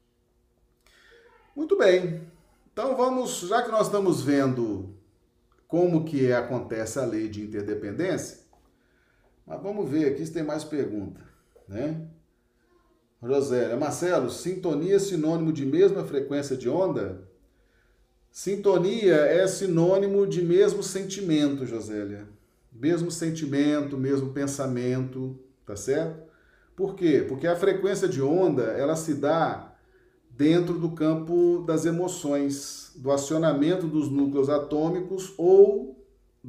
Muito bem. Então vamos, já que nós estamos vendo como que acontece a lei de interdependência, mas vamos ver aqui se tem mais pergunta, né? Josélia, Marcelo, sintonia é sinônimo de mesma frequência de onda? Sintonia é sinônimo de mesmo sentimento, Josélia. Mesmo sentimento, mesmo pensamento, tá certo? Por quê? Porque a frequência de onda, ela se dá dentro do campo das emoções, do acionamento dos núcleos atômicos ou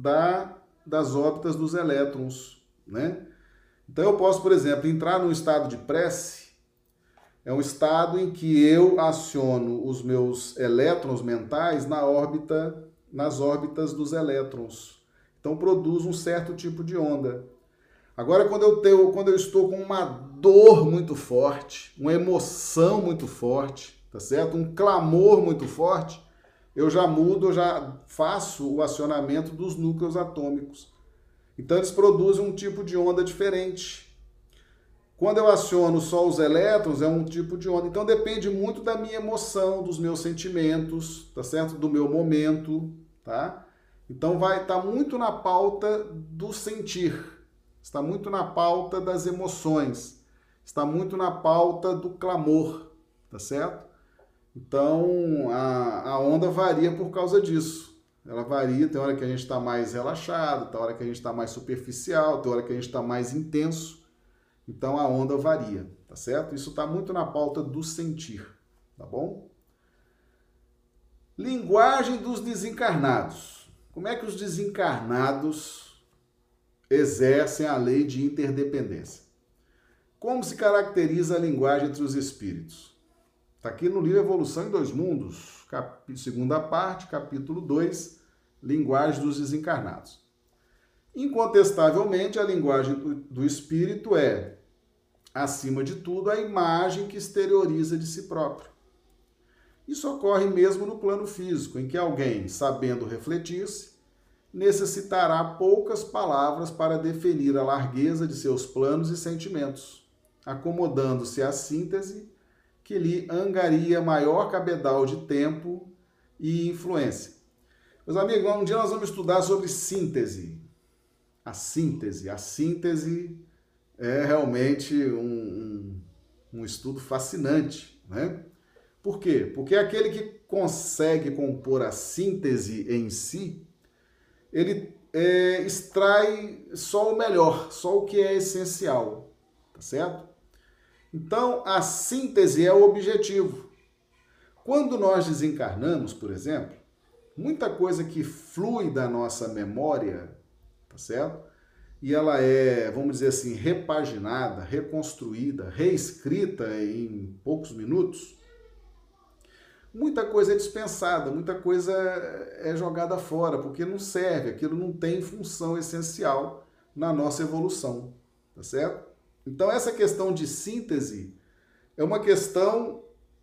das órbitas dos elétrons, né? Então eu posso, por exemplo, entrar num estado de prece. É um estado em que eu aciono os meus elétrons mentais nas órbitas dos elétrons. Então produz um certo tipo de onda. Agora, quando eu estou com uma dor muito forte, uma emoção muito forte, tá certo? Um clamor muito forte, eu já mudo, eu já faço o acionamento dos núcleos atômicos. Então eles produzem um tipo de onda diferente. Quando eu aciono só os elétrons, é um tipo de onda. Então depende muito da minha emoção, dos meus sentimentos, tá certo? Do meu momento, tá? Então vai estar muito na pauta do sentir, está muito na pauta das emoções, está muito na pauta do clamor, tá certo? Então, a onda varia por causa disso. Ela varia, tem hora que a gente está mais relaxado, tem hora que a gente está mais superficial, tem hora que a gente está mais intenso. Então, a onda varia, tá certo? Isso está muito na pauta do sentir, tá bom? Linguagem dos desencarnados. Como é que os desencarnados exercem a lei de interdependência? Como se caracteriza a linguagem entre os espíritos? Está aqui no livro Evolução em Dois Mundos, segunda parte, capítulo 2, Linguagem dos Desencarnados. Incontestavelmente, a linguagem do espírito é, acima de tudo, a imagem que exterioriza de si próprio. Isso ocorre mesmo no plano físico, em que alguém, sabendo refletir-se, necessitará poucas palavras para definir a largueza de seus planos e sentimentos, acomodando-se à síntese que lhe angaria maior cabedal de tempo e influência. Meus amigos, um dia nós vamos estudar sobre síntese. A síntese é realmente um estudo fascinante, né? Por quê? Porque aquele que consegue compor a síntese em si, ele extrai só o melhor, só o que é essencial, tá certo? Então, a síntese é o objetivo. Quando nós desencarnamos, por exemplo, muita coisa que flui da nossa memória, tá certo? E ela é, vamos dizer assim, repaginada, reconstruída, reescrita em poucos minutos, muita coisa é dispensada, muita coisa é jogada fora, porque não serve, aquilo não tem função essencial na nossa evolução, tá certo? Então, essa questão de síntese é uma questão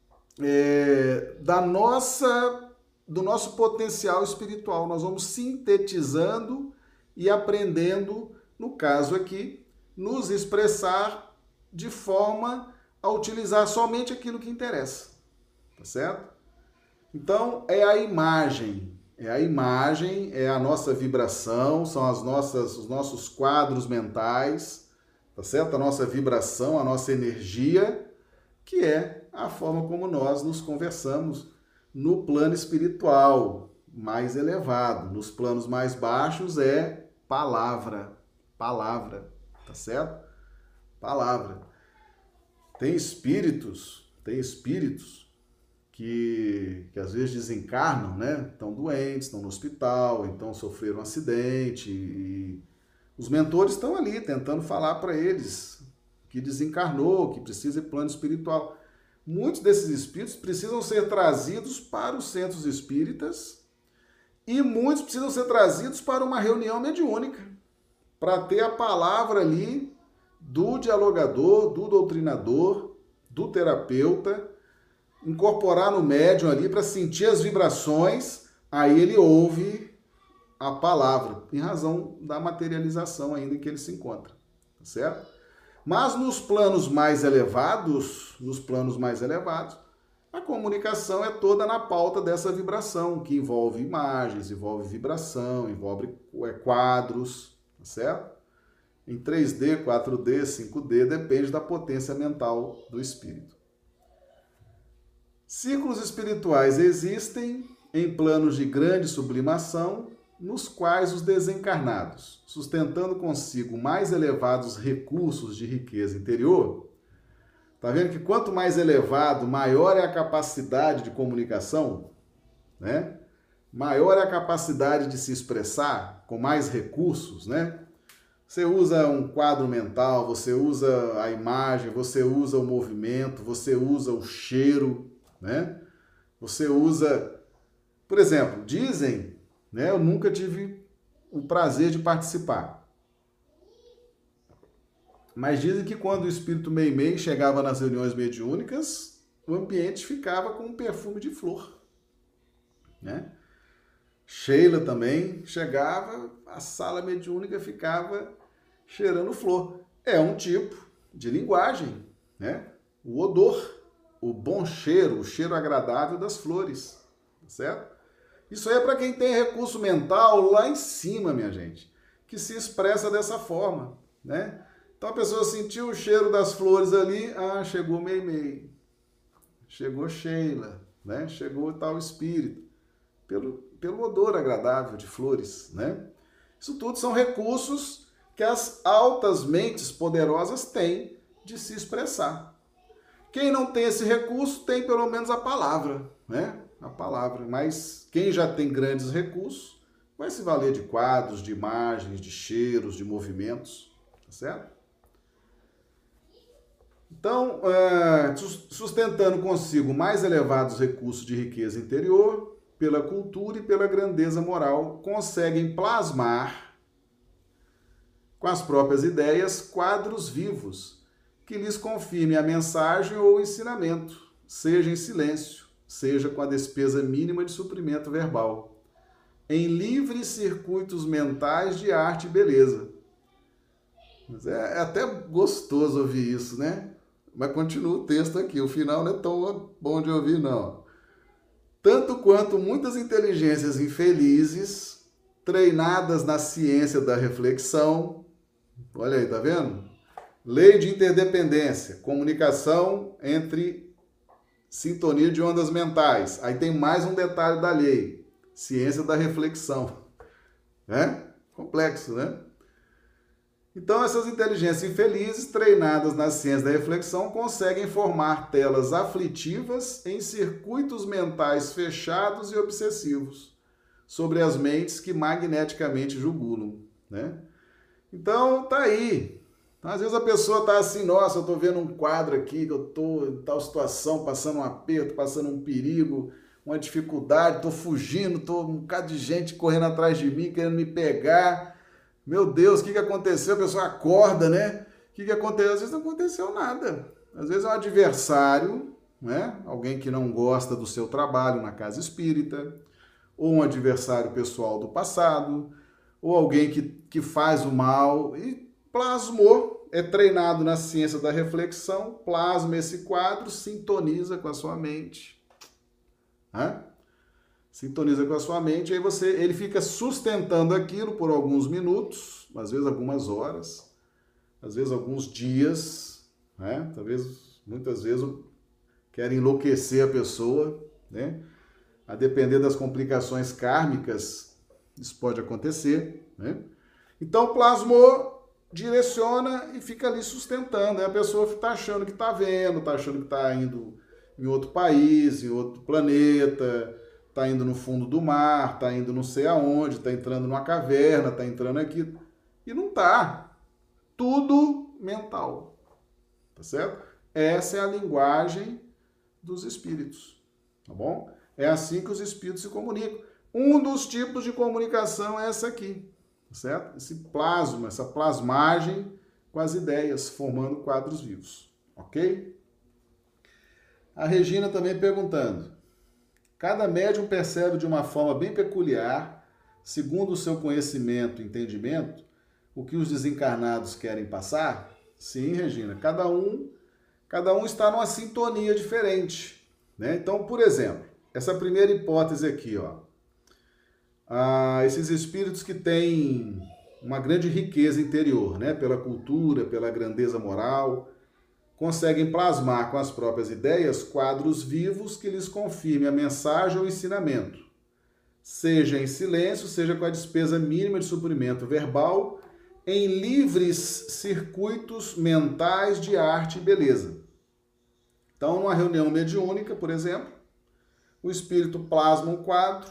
do nosso potencial espiritual. Nós vamos sintetizando e aprendendo, no caso aqui, nos expressar de forma a utilizar somente aquilo que interessa, tá certo? Então, é a imagem, é a nossa vibração, são os nossos quadros mentais, tá certo? A nossa vibração, a nossa energia, que é a forma como nós nos conversamos no plano espiritual mais elevado. Nos planos mais baixos é palavra, tá certo? Palavra. Tem espíritos que às vezes desencarnam, né? Estão doentes, estão no hospital, então sofreram um acidente e os mentores estão ali tentando falar para eles que desencarnou, que precisa de plano espiritual. Muitos desses espíritos precisam ser trazidos para os centros espíritas e muitos precisam ser trazidos para uma reunião mediúnica, para ter a palavra ali do dialogador, do doutrinador, do terapeuta, incorporar no médium ali para sentir as vibrações, aí ele ouve a palavra, em razão da materialização ainda em que ele se encontra, tá certo? Mas nos planos mais elevados, a comunicação é toda na pauta dessa vibração, que envolve imagens, envolve vibração, envolve quadros, tá certo? Em 3D, 4D, 5D, depende da potência mental do espírito. Círculos espirituais existem em planos de grande sublimação, nos quais os desencarnados, sustentando consigo mais elevados recursos de riqueza interior, tá vendo que quanto mais elevado, maior é a capacidade de comunicação, né? Maior é a capacidade de se expressar com mais recursos, né? Você usa um quadro mental, você usa a imagem, você usa o movimento, você usa o cheiro, né? Você usa, por exemplo, dizem, né? Eu nunca tive o prazer de participar, mas dizem que quando o espírito Meimei chegava nas reuniões mediúnicas, o ambiente ficava com um perfume de flor, né? Sheila também chegava, a sala mediúnica ficava cheirando flor. É um tipo de linguagem, né? O odor, o bom cheiro, o cheiro agradável das flores, certo? Isso aí é para quem tem recurso mental lá em cima, minha gente, que se expressa dessa forma, né? Então a pessoa sentiu o cheiro das flores ali, chegou Meimei, chegou Sheila, né? Chegou tal espírito, pelo odor agradável de flores, né? Isso tudo são recursos que as altas mentes poderosas têm de se expressar. Quem não tem esse recurso tem pelo menos a palavra, né? A palavra. Mas quem já tem grandes recursos vai se valer de quadros, de imagens, de cheiros, de movimentos, tá certo? Então, sustentando consigo mais elevados recursos de riqueza interior, pela cultura e pela grandeza moral, conseguem plasmar com as próprias ideias quadros vivos que lhes confirmem a mensagem ou o ensinamento, seja em silêncio, seja com a despesa mínima de suprimento verbal, em livres circuitos mentais de arte e beleza. Mas é até gostoso ouvir isso, né? Mas continua o texto aqui, o final não é tão bom de ouvir, não. Tanto quanto muitas inteligências infelizes, treinadas na ciência da reflexão, olha aí, tá vendo? Lei de interdependência, comunicação entre sintonia de ondas mentais. Aí tem mais um detalhe da lei, ciência da reflexão. Né? Complexo, né? Então, essas inteligências infelizes, treinadas na ciência da reflexão, conseguem formar telas aflitivas em circuitos mentais fechados e obsessivos sobre as mentes que magneticamente jugulam, né? Então, tá aí. Às vezes a pessoa tá assim, nossa, eu tô vendo um quadro aqui, que eu tô em tal situação, passando um aperto, passando um perigo, uma dificuldade, tô fugindo, tô um bocado de gente correndo atrás de mim, querendo me pegar. Meu Deus, o que aconteceu? A pessoa acorda, né? O que aconteceu? Às vezes não aconteceu nada. Às vezes é um adversário, né? Alguém que não gosta do seu trabalho na casa espírita, ou um adversário pessoal do passado, ou alguém que faz o mal e plasmou, é treinado na ciência da reflexão, plasma esse quadro, sintoniza com a sua mente. Né? Sintoniza com a sua mente, aí ele fica sustentando aquilo por alguns minutos, às vezes algumas horas, às vezes alguns dias, né? Talvez, muitas vezes, querem enlouquecer a pessoa, né? A depender das complicações kármicas, isso pode acontecer, né? Então, plasmou, direciona e fica ali sustentando. Aí a pessoa está achando que está vendo, está achando que está indo em outro país, em outro planeta, está indo no fundo do mar, está indo não sei aonde, está entrando numa caverna, está entrando aqui. E não está. Tudo mental. Tá certo? Essa é a linguagem dos espíritos. Tá bom? É assim que os espíritos se comunicam. Um dos tipos de comunicação é essa aqui. Tá certo? Esse plasma, essa plasmagem com as ideias, formando quadros vivos. Ok? A Regina também perguntando. Cada médium percebe de uma forma bem peculiar, segundo o seu conhecimento e entendimento, o que os desencarnados querem passar? Sim, Regina, cada um está numa sintonia diferente, né? Então, por exemplo, essa primeira hipótese aqui, ó, esses espíritos que têm uma grande riqueza interior, né? Pela cultura, pela grandeza moral, conseguem plasmar com as próprias ideias quadros vivos que lhes confirmem a mensagem ou ensinamento, seja em silêncio, seja com a despesa mínima de suprimento verbal, em livres circuitos mentais de arte e beleza. Então, numa reunião mediúnica, por exemplo, o espírito plasma um quadro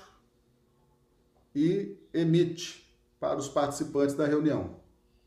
e emite para os participantes da reunião.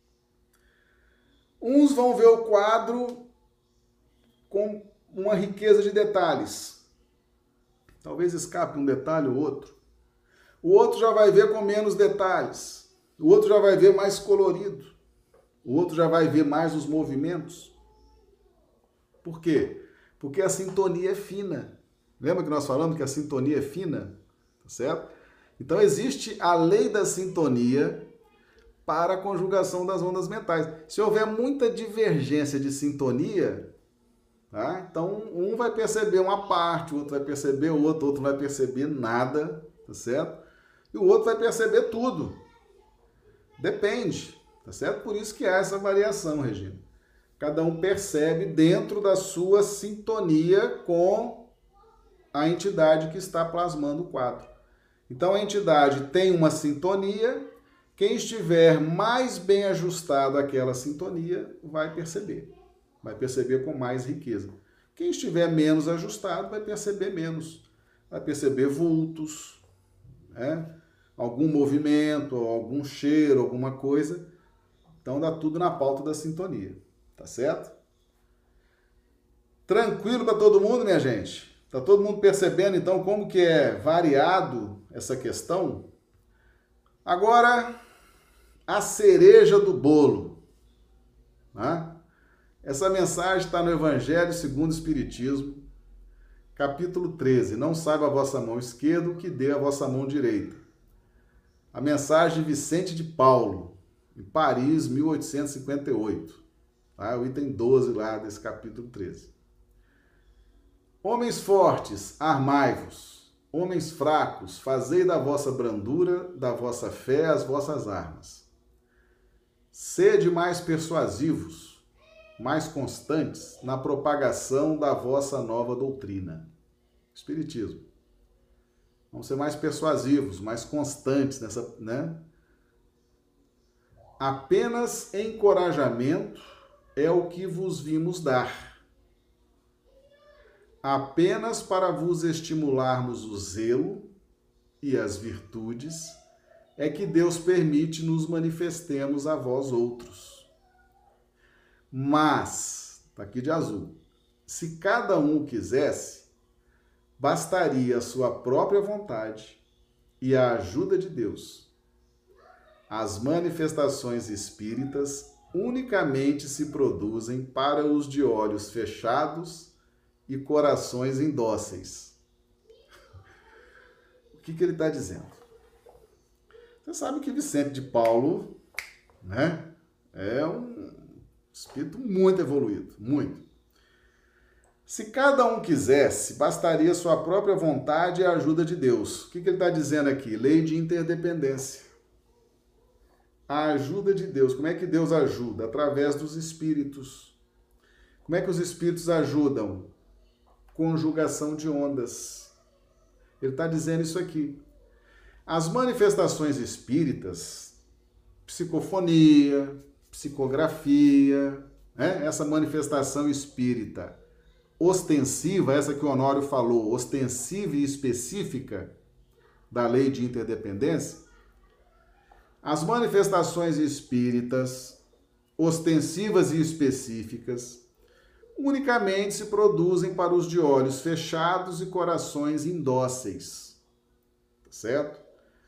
Uns vão ver o quadro com uma riqueza de detalhes. Talvez escape um detalhe ou outro. O outro já vai ver com menos detalhes. O outro já vai ver mais colorido. O outro já vai ver mais os movimentos. Por quê? Porque a sintonia é fina. Lembra que nós falamos que a sintonia é fina? Tá certo? Então existe a lei da sintonia para a conjugação das ondas mentais. Se houver muita divergência de sintonia, tá? Então, um vai perceber uma parte, o outro vai perceber outra, o outro vai perceber nada, tá certo? E o outro vai perceber tudo. Depende, tá certo? Por isso que há essa variação, Regina. Cada um percebe dentro da sua sintonia com a entidade que está plasmando o quadro. Então a entidade tem uma sintonia, quem estiver mais bem ajustado àquela sintonia vai perceber com mais riqueza. Quem estiver menos ajustado vai perceber menos, vai perceber vultos, né? Algum movimento, algum cheiro, alguma coisa. Então dá tudo na pauta da sintonia, tá certo? Tranquilo para todo mundo, minha gente? Tá todo mundo percebendo então como que é variado essa questão? Agora, a cereja do bolo, né? Essa mensagem está no Evangelho segundo o Espiritismo, capítulo 13. Não saiba a vossa mão esquerda o que dê a vossa mão direita. A mensagem de Vicente de Paulo, em Paris, 1858. Tá? O item 12 lá desse capítulo 13. Homens fortes, armai-vos. Homens fracos, fazei da vossa brandura, da vossa fé, as vossas armas. Sede mais persuasivos, mais constantes na propagação da vossa nova doutrina. Espiritismo. Vamos ser mais persuasivos, mais constantes nessa, né? Apenas encorajamento é o que vos vimos dar. Apenas para vos estimularmos o zelo e as virtudes é que Deus permite nos manifestemos a vós outros. Mas, tá aqui de azul, se cada um quisesse, bastaria a sua própria vontade e a ajuda de Deus. As manifestações espíritas unicamente se produzem para os de olhos fechados e corações indóceis. O que ele está dizendo? Você sabe que Vicente de Paulo, né, é um espírito muito evoluído, muito. Se cada um quisesse, bastaria sua própria vontade e a ajuda de Deus. O que ele está dizendo aqui? Lei de interdependência. A ajuda de Deus. Como é que Deus ajuda? Através dos espíritos. Como é que os espíritos ajudam? Conjugação de ondas. Ele está dizendo isso aqui. As manifestações espíritas, psicofonia, psicografia, né? Essa manifestação espírita ostensiva, essa que o Honório falou, ostensiva e específica da lei de interdependência, as manifestações espíritas ostensivas e específicas unicamente se produzem para os de olhos fechados e corações indóceis. Tá certo?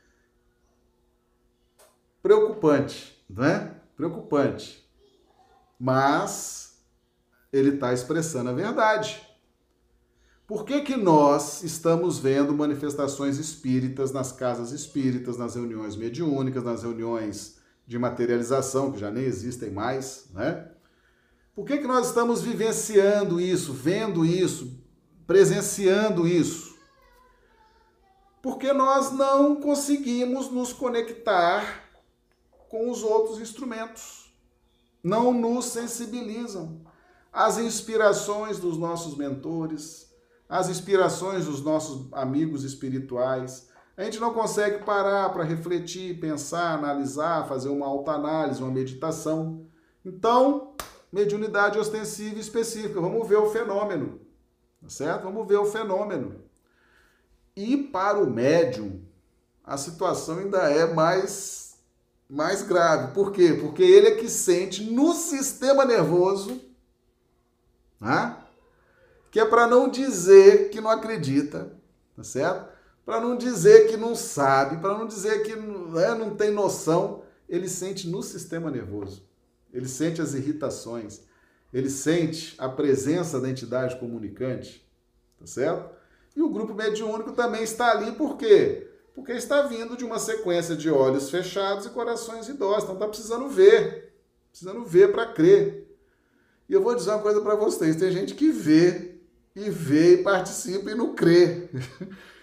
Preocupante, né? Preocupante. Mas ele está expressando a verdade. Por que que nós estamos vendo manifestações espíritas nas casas espíritas, nas reuniões mediúnicas, nas reuniões de materialização, que já nem existem mais, né? Por que que nós estamos vivenciando isso, vendo isso, presenciando isso? Porque nós não conseguimos nos conectar com os outros instrumentos. Não nos sensibilizam. As inspirações dos nossos mentores, as inspirações dos nossos amigos espirituais. A gente não consegue parar para refletir, pensar, analisar, fazer uma autoanálise, uma meditação. Então, mediunidade ostensiva e específica. Vamos ver o fenômeno, tá certo? Vamos ver o fenômeno. E para o médium, a situação ainda é mais grave. Por quê? Porque ele é que sente no sistema nervoso, né? Que é para não dizer que não acredita, tá certo? Para não dizer que não sabe, para não dizer que não tem noção, ele sente no sistema nervoso. Ele sente as irritações, ele sente a presença da entidade comunicante, tá certo? E o grupo mediúnico também está ali, por quê? Porque está vindo de uma sequência de olhos fechados e corações idosos, então está precisando ver para crer. E eu vou dizer uma coisa para vocês, tem gente que vê e participa e não crê.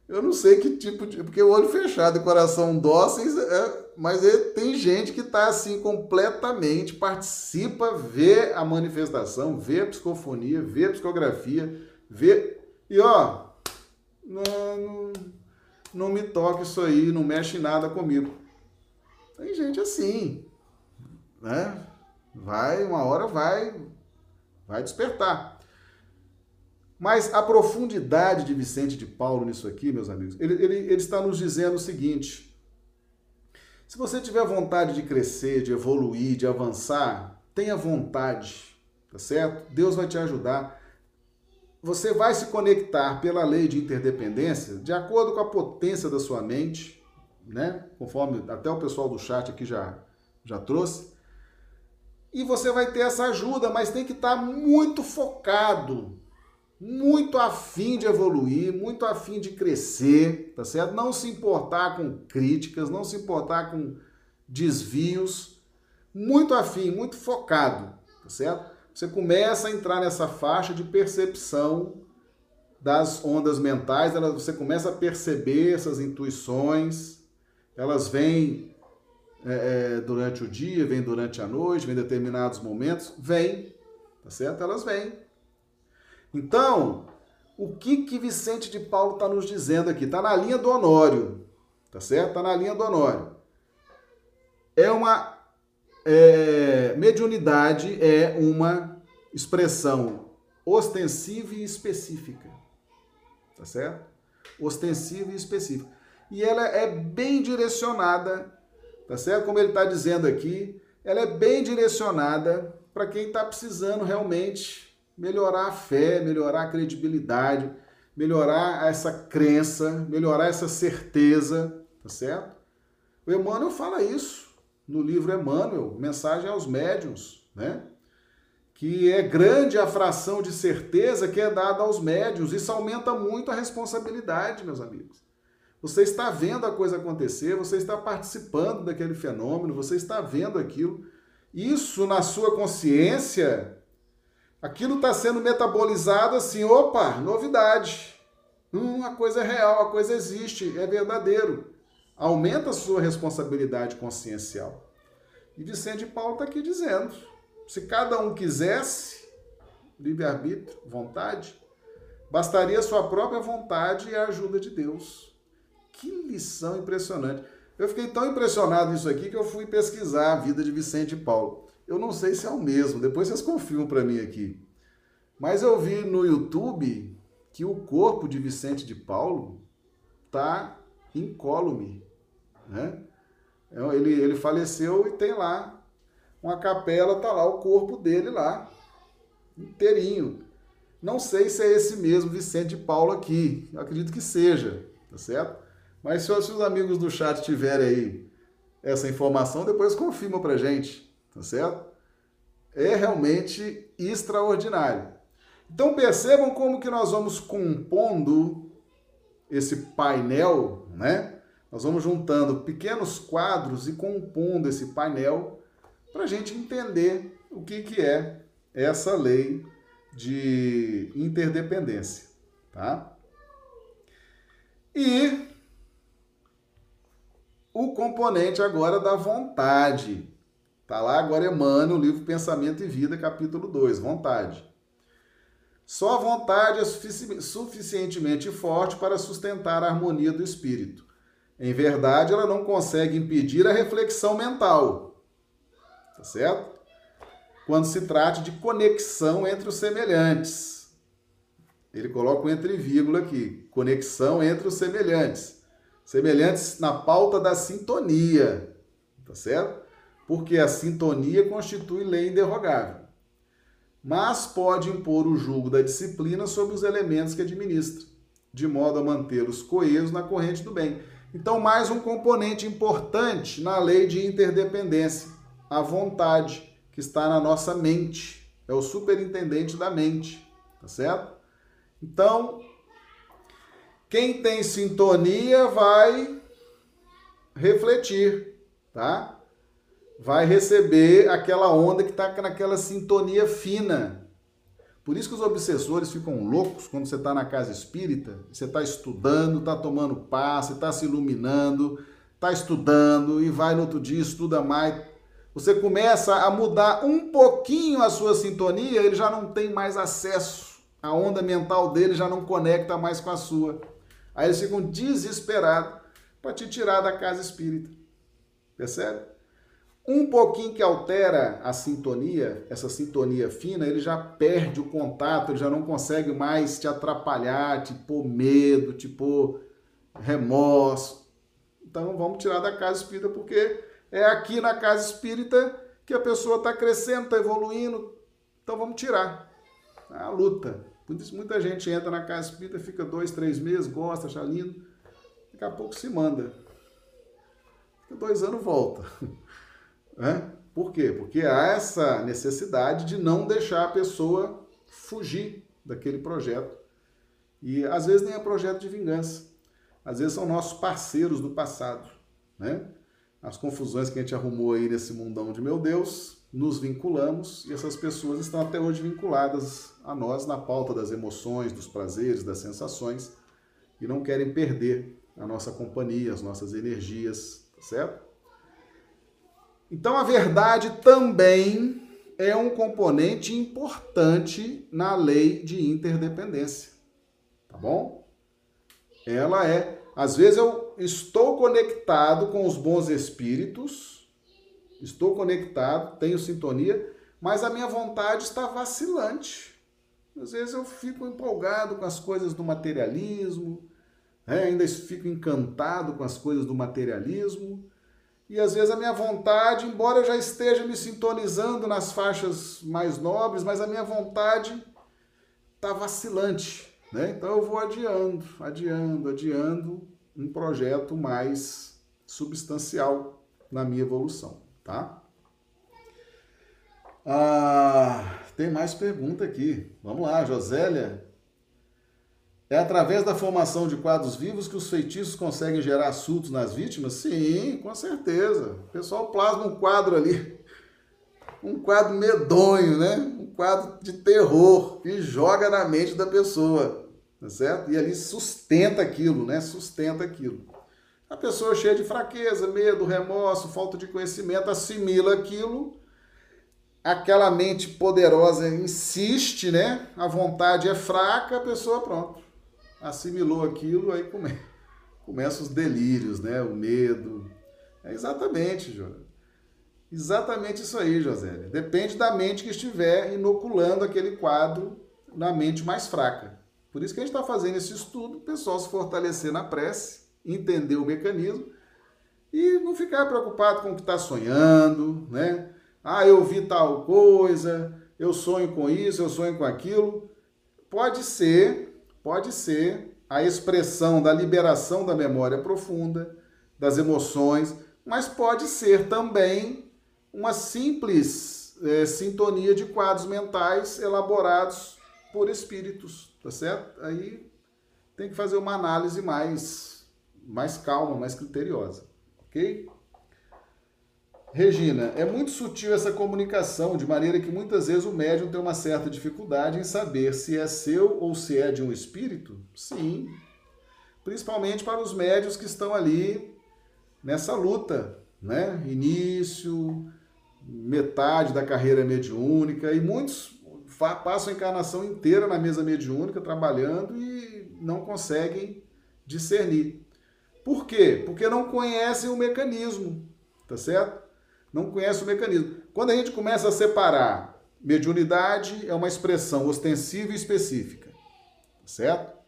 Eu não sei que tipo de... Porque o olho fechado e coração dóceis, mas tem gente que está assim completamente, participa, vê a manifestação, vê a psicofonia, vê a psicografia, vê... E ó, não, não me toca isso aí, não mexe em nada comigo. Tem gente assim, né? Uma hora vai despertar. Mas a profundidade de Vicente de Paulo nisso aqui, meus amigos, ele está nos dizendo o seguinte: se você tiver vontade de crescer, de evoluir, de avançar, tenha vontade, tá certo? Deus vai te ajudar. Você vai se conectar pela lei de interdependência de acordo com a potência da sua mente, né? Conforme até o pessoal do chat aqui já trouxe. E você vai ter essa ajuda, mas tem que estar muito focado, muito afim de evoluir, muito afim de crescer, tá certo? Não se importar com críticas, não se importar com desvios, muito afim, muito focado, tá certo? Você começa a entrar nessa faixa de percepção das ondas mentais, você começa a perceber essas intuições, elas vêm durante o dia, vêm durante a noite, vêm em determinados momentos, vêm, tá certo? Elas vêm. Então, o que Vicente de Paulo está nos dizendo aqui? Está na linha do Honório, tá certo? Está na linha do Honório. Mediunidade é uma expressão ostensiva e específica, tá certo? Ostensiva e específica. E ela é bem direcionada, tá certo? Como ele está dizendo aqui, ela é bem direcionada para quem está precisando realmente melhorar a fé, melhorar a credibilidade, melhorar essa crença, melhorar essa certeza, tá certo? O Emmanuel fala isso no livro Emmanuel, Mensagem aos Médiuns, né? Que é grande a fração de certeza que é dada aos médiuns. Isso aumenta muito a responsabilidade, meus amigos. Você está vendo a coisa acontecer, você está participando daquele fenômeno, você está vendo aquilo. Isso na sua consciência, aquilo está sendo metabolizado assim, opa, novidade. A coisa é real, a coisa existe, é verdadeiro. Aumenta a sua responsabilidade consciencial. E Vicente de Paulo está aqui dizendo, se cada um quisesse, livre-arbítrio, vontade, bastaria a sua própria vontade e a ajuda de Deus. Que lição impressionante. Eu fiquei tão impressionado nisso aqui que eu fui pesquisar a vida de Vicente de Paulo. Eu não sei se é o mesmo, depois vocês confirmam para mim aqui. Mas eu vi no YouTube que o corpo de Vicente de Paulo está incólume, né? Ele faleceu e tem lá uma capela, tá lá o corpo dele lá, inteirinho. Não sei se é esse mesmo Vicente de Paulo aqui, eu acredito que seja, tá certo? Mas se os amigos do chat tiverem aí essa informação, depois confirma pra gente, tá certo? É realmente extraordinário. Então percebam como que nós vamos compondo esse painel, né? Nós vamos juntando pequenos quadros e compondo esse painel para a gente entender o que é essa lei de interdependência, tá? E o componente agora da vontade. Tá lá agora Emmanuel, livro Pensamento e Vida, capítulo 2, vontade. Só a vontade é suficientemente forte para sustentar a harmonia do espírito. Em verdade, ela não consegue impedir a reflexão mental, tá certo? Quando se trata de conexão entre os semelhantes. Ele coloca um entre vírgula aqui, conexão entre os semelhantes. Semelhantes na pauta da sintonia, tá certo? Porque a sintonia constitui lei inderrogável. Mas pode impor o jugo da disciplina sobre os elementos que administra, de modo a mantê-los coesos na corrente do bem. Então, mais um componente importante na lei de interdependência, a vontade, que está na nossa mente. É o superintendente da mente, tá certo? Então, quem tem sintonia vai refletir, tá? Vai receber aquela onda que está naquela sintonia fina. Por isso que os obsessores ficam loucos quando você está na casa espírita, você está estudando, está tomando passe, está se iluminando, está estudando e vai no outro dia, estuda mais. Você começa a mudar um pouquinho a sua sintonia, ele já não tem mais acesso, a onda mental dele já não conecta mais com a sua. Aí eles ficam desesperados para te tirar da casa espírita. Percebe? Um pouquinho que altera a sintonia, essa sintonia fina, ele já perde o contato, ele já não consegue mais te atrapalhar, te pôr medo, te pôr remorso. Então vamos tirar da casa espírita, porque é aqui na casa espírita que a pessoa está crescendo, está evoluindo. Então vamos tirar. É a luta. Por isso muita gente entra na casa espírita, fica 2, 3 meses, gosta, acha lindo. Daqui a pouco se manda. Fica 2 anos, volta. Por quê? Porque há essa necessidade de não deixar a pessoa fugir daquele projeto. E às vezes nem é projeto de vingança. Às vezes são nossos parceiros do passado, né? As confusões que a gente arrumou aí nesse mundão de meu Deus, nos vinculamos e essas pessoas estão até hoje vinculadas a nós na pauta das emoções, dos prazeres, das sensações e não querem perder a nossa companhia, as nossas energias, tá certo? Então, a verdade também é um componente importante na lei de interdependência, tá bom? Ela é, às vezes eu estou conectado com os bons espíritos, estou conectado, tenho sintonia, mas a minha vontade está vacilante. Às vezes eu fico empolgado com as coisas do materialismo, ainda fico encantado com as coisas do materialismo, e às vezes a minha vontade, embora eu já esteja me sintonizando nas faixas mais nobres, mas a minha vontade está vacilante, né? Então eu vou adiando um projeto mais substancial na minha evolução, tá? Tem mais pergunta aqui. Vamos lá, Josélia. É através da formação de quadros vivos que os feitiços conseguem gerar surtos nas vítimas? Sim, com certeza. O pessoal plasma um quadro ali, um quadro medonho, né? Um quadro de terror e joga na mente da pessoa, tá certo? E ali sustenta aquilo, né? Sustenta aquilo. A pessoa cheia de fraqueza, medo, remorso, falta de conhecimento, assimila aquilo. Aquela mente poderosa insiste, né? A vontade é fraca, a pessoa, pronto, assimilou aquilo, aí começa os delírios, né? O medo. É exatamente, Jô. Exatamente isso aí, Josélia. Depende da mente que estiver inoculando aquele quadro na mente mais fraca. Por isso que a gente está fazendo esse estudo, o pessoal se fortalecer na prece, entender o mecanismo e não ficar preocupado com o que está sonhando, né? Eu vi tal coisa, eu sonho com isso, eu sonho com aquilo. Pode ser a expressão da liberação da memória profunda, das emoções, mas pode ser também uma simples sintonia de quadros mentais elaborados por espíritos, tá certo? Aí tem que fazer uma análise mais calma, mais criteriosa, ok? Regina, é muito sutil essa comunicação, de maneira que muitas vezes o médium tem uma certa dificuldade em saber se é seu ou se é de um espírito? Sim, principalmente para os médiuns que estão ali nessa luta, né? Início, metade da carreira mediúnica, e muitos passam a encarnação inteira na mesa mediúnica, trabalhando e não conseguem discernir. Por quê? Porque não conhecem o mecanismo, tá certo? Não conhece o mecanismo. Quando a gente começa a separar, mediunidade é uma expressão ostensiva e específica, certo?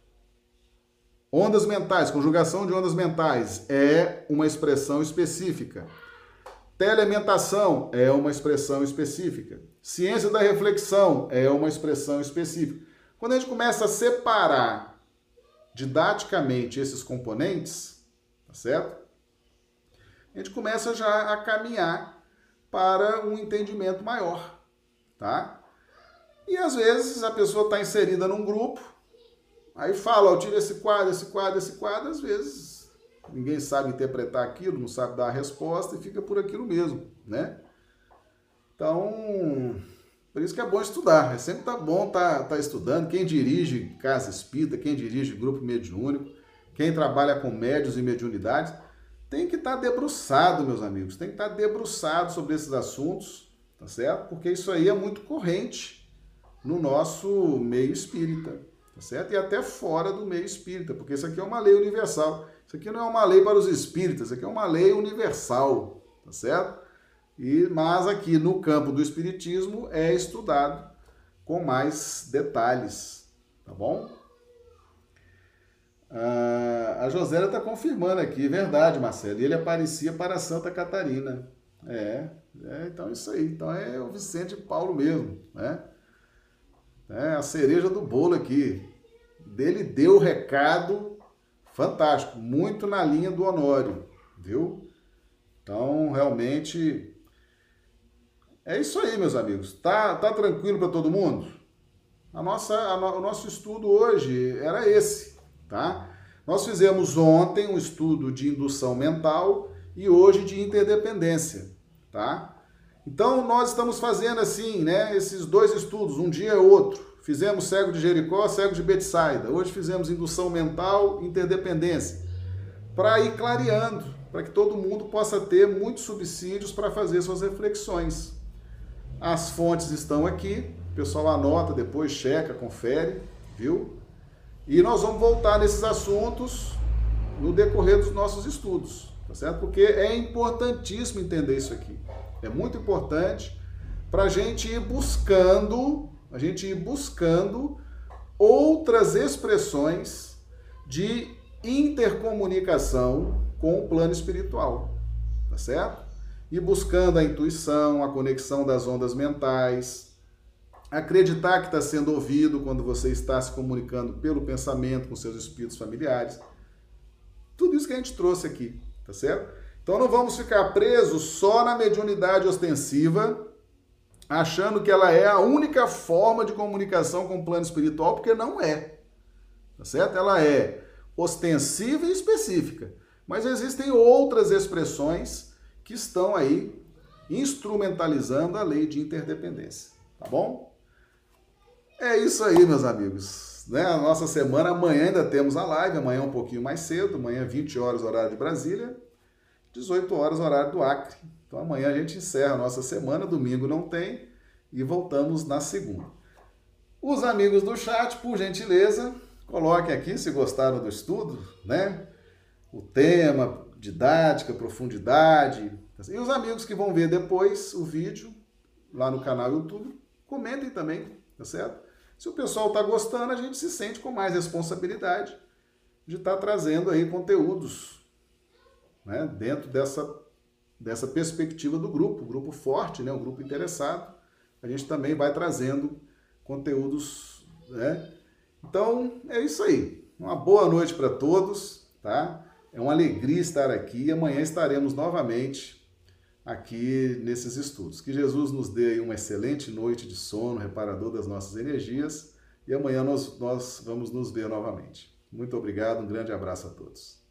Ondas mentais, conjugação de ondas mentais é uma expressão específica. Telementação é uma expressão específica. Ciência da reflexão é uma expressão específica. Quando a gente começa a separar didaticamente esses componentes, tá certo? A gente começa já a caminhar para um entendimento maior, tá? E às vezes a pessoa está inserida num grupo, aí fala, tira esse quadro, às vezes ninguém sabe interpretar aquilo, não sabe dar a resposta e fica por aquilo mesmo, né? Então, Por isso que é bom estudar. É sempre bom tá estudando. Quem dirige casa espírita, quem dirige grupo mediúnico, quem trabalha com médios e mediunidades, tem que estar debruçado, meus amigos. Tem que estar debruçado sobre esses assuntos, tá certo? Porque isso aí é muito corrente no nosso meio espírita, tá certo? E até fora do meio espírita, porque isso aqui é uma lei universal. Isso aqui não é uma lei para os espíritas, isso aqui é uma lei universal, tá certo? Mas aqui no campo do espiritismo é estudado com mais detalhes, tá bom? A Josélia está confirmando aqui, verdade, Marcelo. Ele aparecia para Santa Catarina. Então isso aí. Então é o Vicente Paulo mesmo, né? É a cereja do bolo aqui. Dele deu o recado fantástico, muito na linha do Honório, viu? Então, realmente, é isso aí, meus amigos. Tá tranquilo para todo mundo? O nosso estudo hoje era esse, tá? Nós fizemos ontem um estudo de indução mental e hoje de interdependência, tá? Então, nós estamos fazendo assim, né, esses dois estudos, um dia é outro. Fizemos cego de Jericó, cego de Betsaida. Hoje fizemos indução mental, interdependência. Para ir clareando, para que todo mundo possa ter muitos subsídios para fazer suas reflexões. As fontes estão aqui, o pessoal anota, depois checa, confere, viu? E nós vamos voltar nesses assuntos no decorrer dos nossos estudos, tá certo? Porque é importantíssimo entender isso aqui. É muito importante para a gente ir buscando outras expressões de intercomunicação com o plano espiritual, tá certo? E buscando a intuição, a conexão das ondas mentais, acreditar que está sendo ouvido quando você está se comunicando pelo pensamento com seus espíritos familiares. Tudo isso que a gente trouxe aqui, tá certo? Então não vamos ficar presos só na mediunidade ostensiva, achando que ela é a única forma de comunicação com o plano espiritual, porque não é, tá certo? Ela é ostensiva e específica, mas existem outras expressões que estão aí instrumentalizando a lei de interdependência, tá bom? É isso aí, meus amigos, né? A nossa semana, amanhã ainda temos a live, amanhã um pouquinho mais cedo, amanhã 20 horas horário de Brasília, 18 horas horário do Acre. Então amanhã a gente encerra a nossa semana, domingo não tem, e voltamos na segunda. Os amigos do chat, por gentileza, coloquem aqui se gostaram do estudo, né? O tema, didática, profundidade. E os amigos que vão ver depois o vídeo lá no canal YouTube, comentem também, tá certo? Se o pessoal está gostando, a gente se sente com mais responsabilidade de estar trazendo aí conteúdos, né? Dentro dessa perspectiva do grupo, um grupo forte, né? Um grupo interessado. A gente também vai trazendo conteúdos, né? Então, é isso aí. Uma boa noite para todos, tá? É uma alegria estar aqui e amanhã estaremos novamente aqui nesses estudos. Que Jesus nos dê aí uma excelente noite de sono, reparador das nossas energias, e amanhã nós vamos nos ver novamente. Muito obrigado, um grande abraço a todos.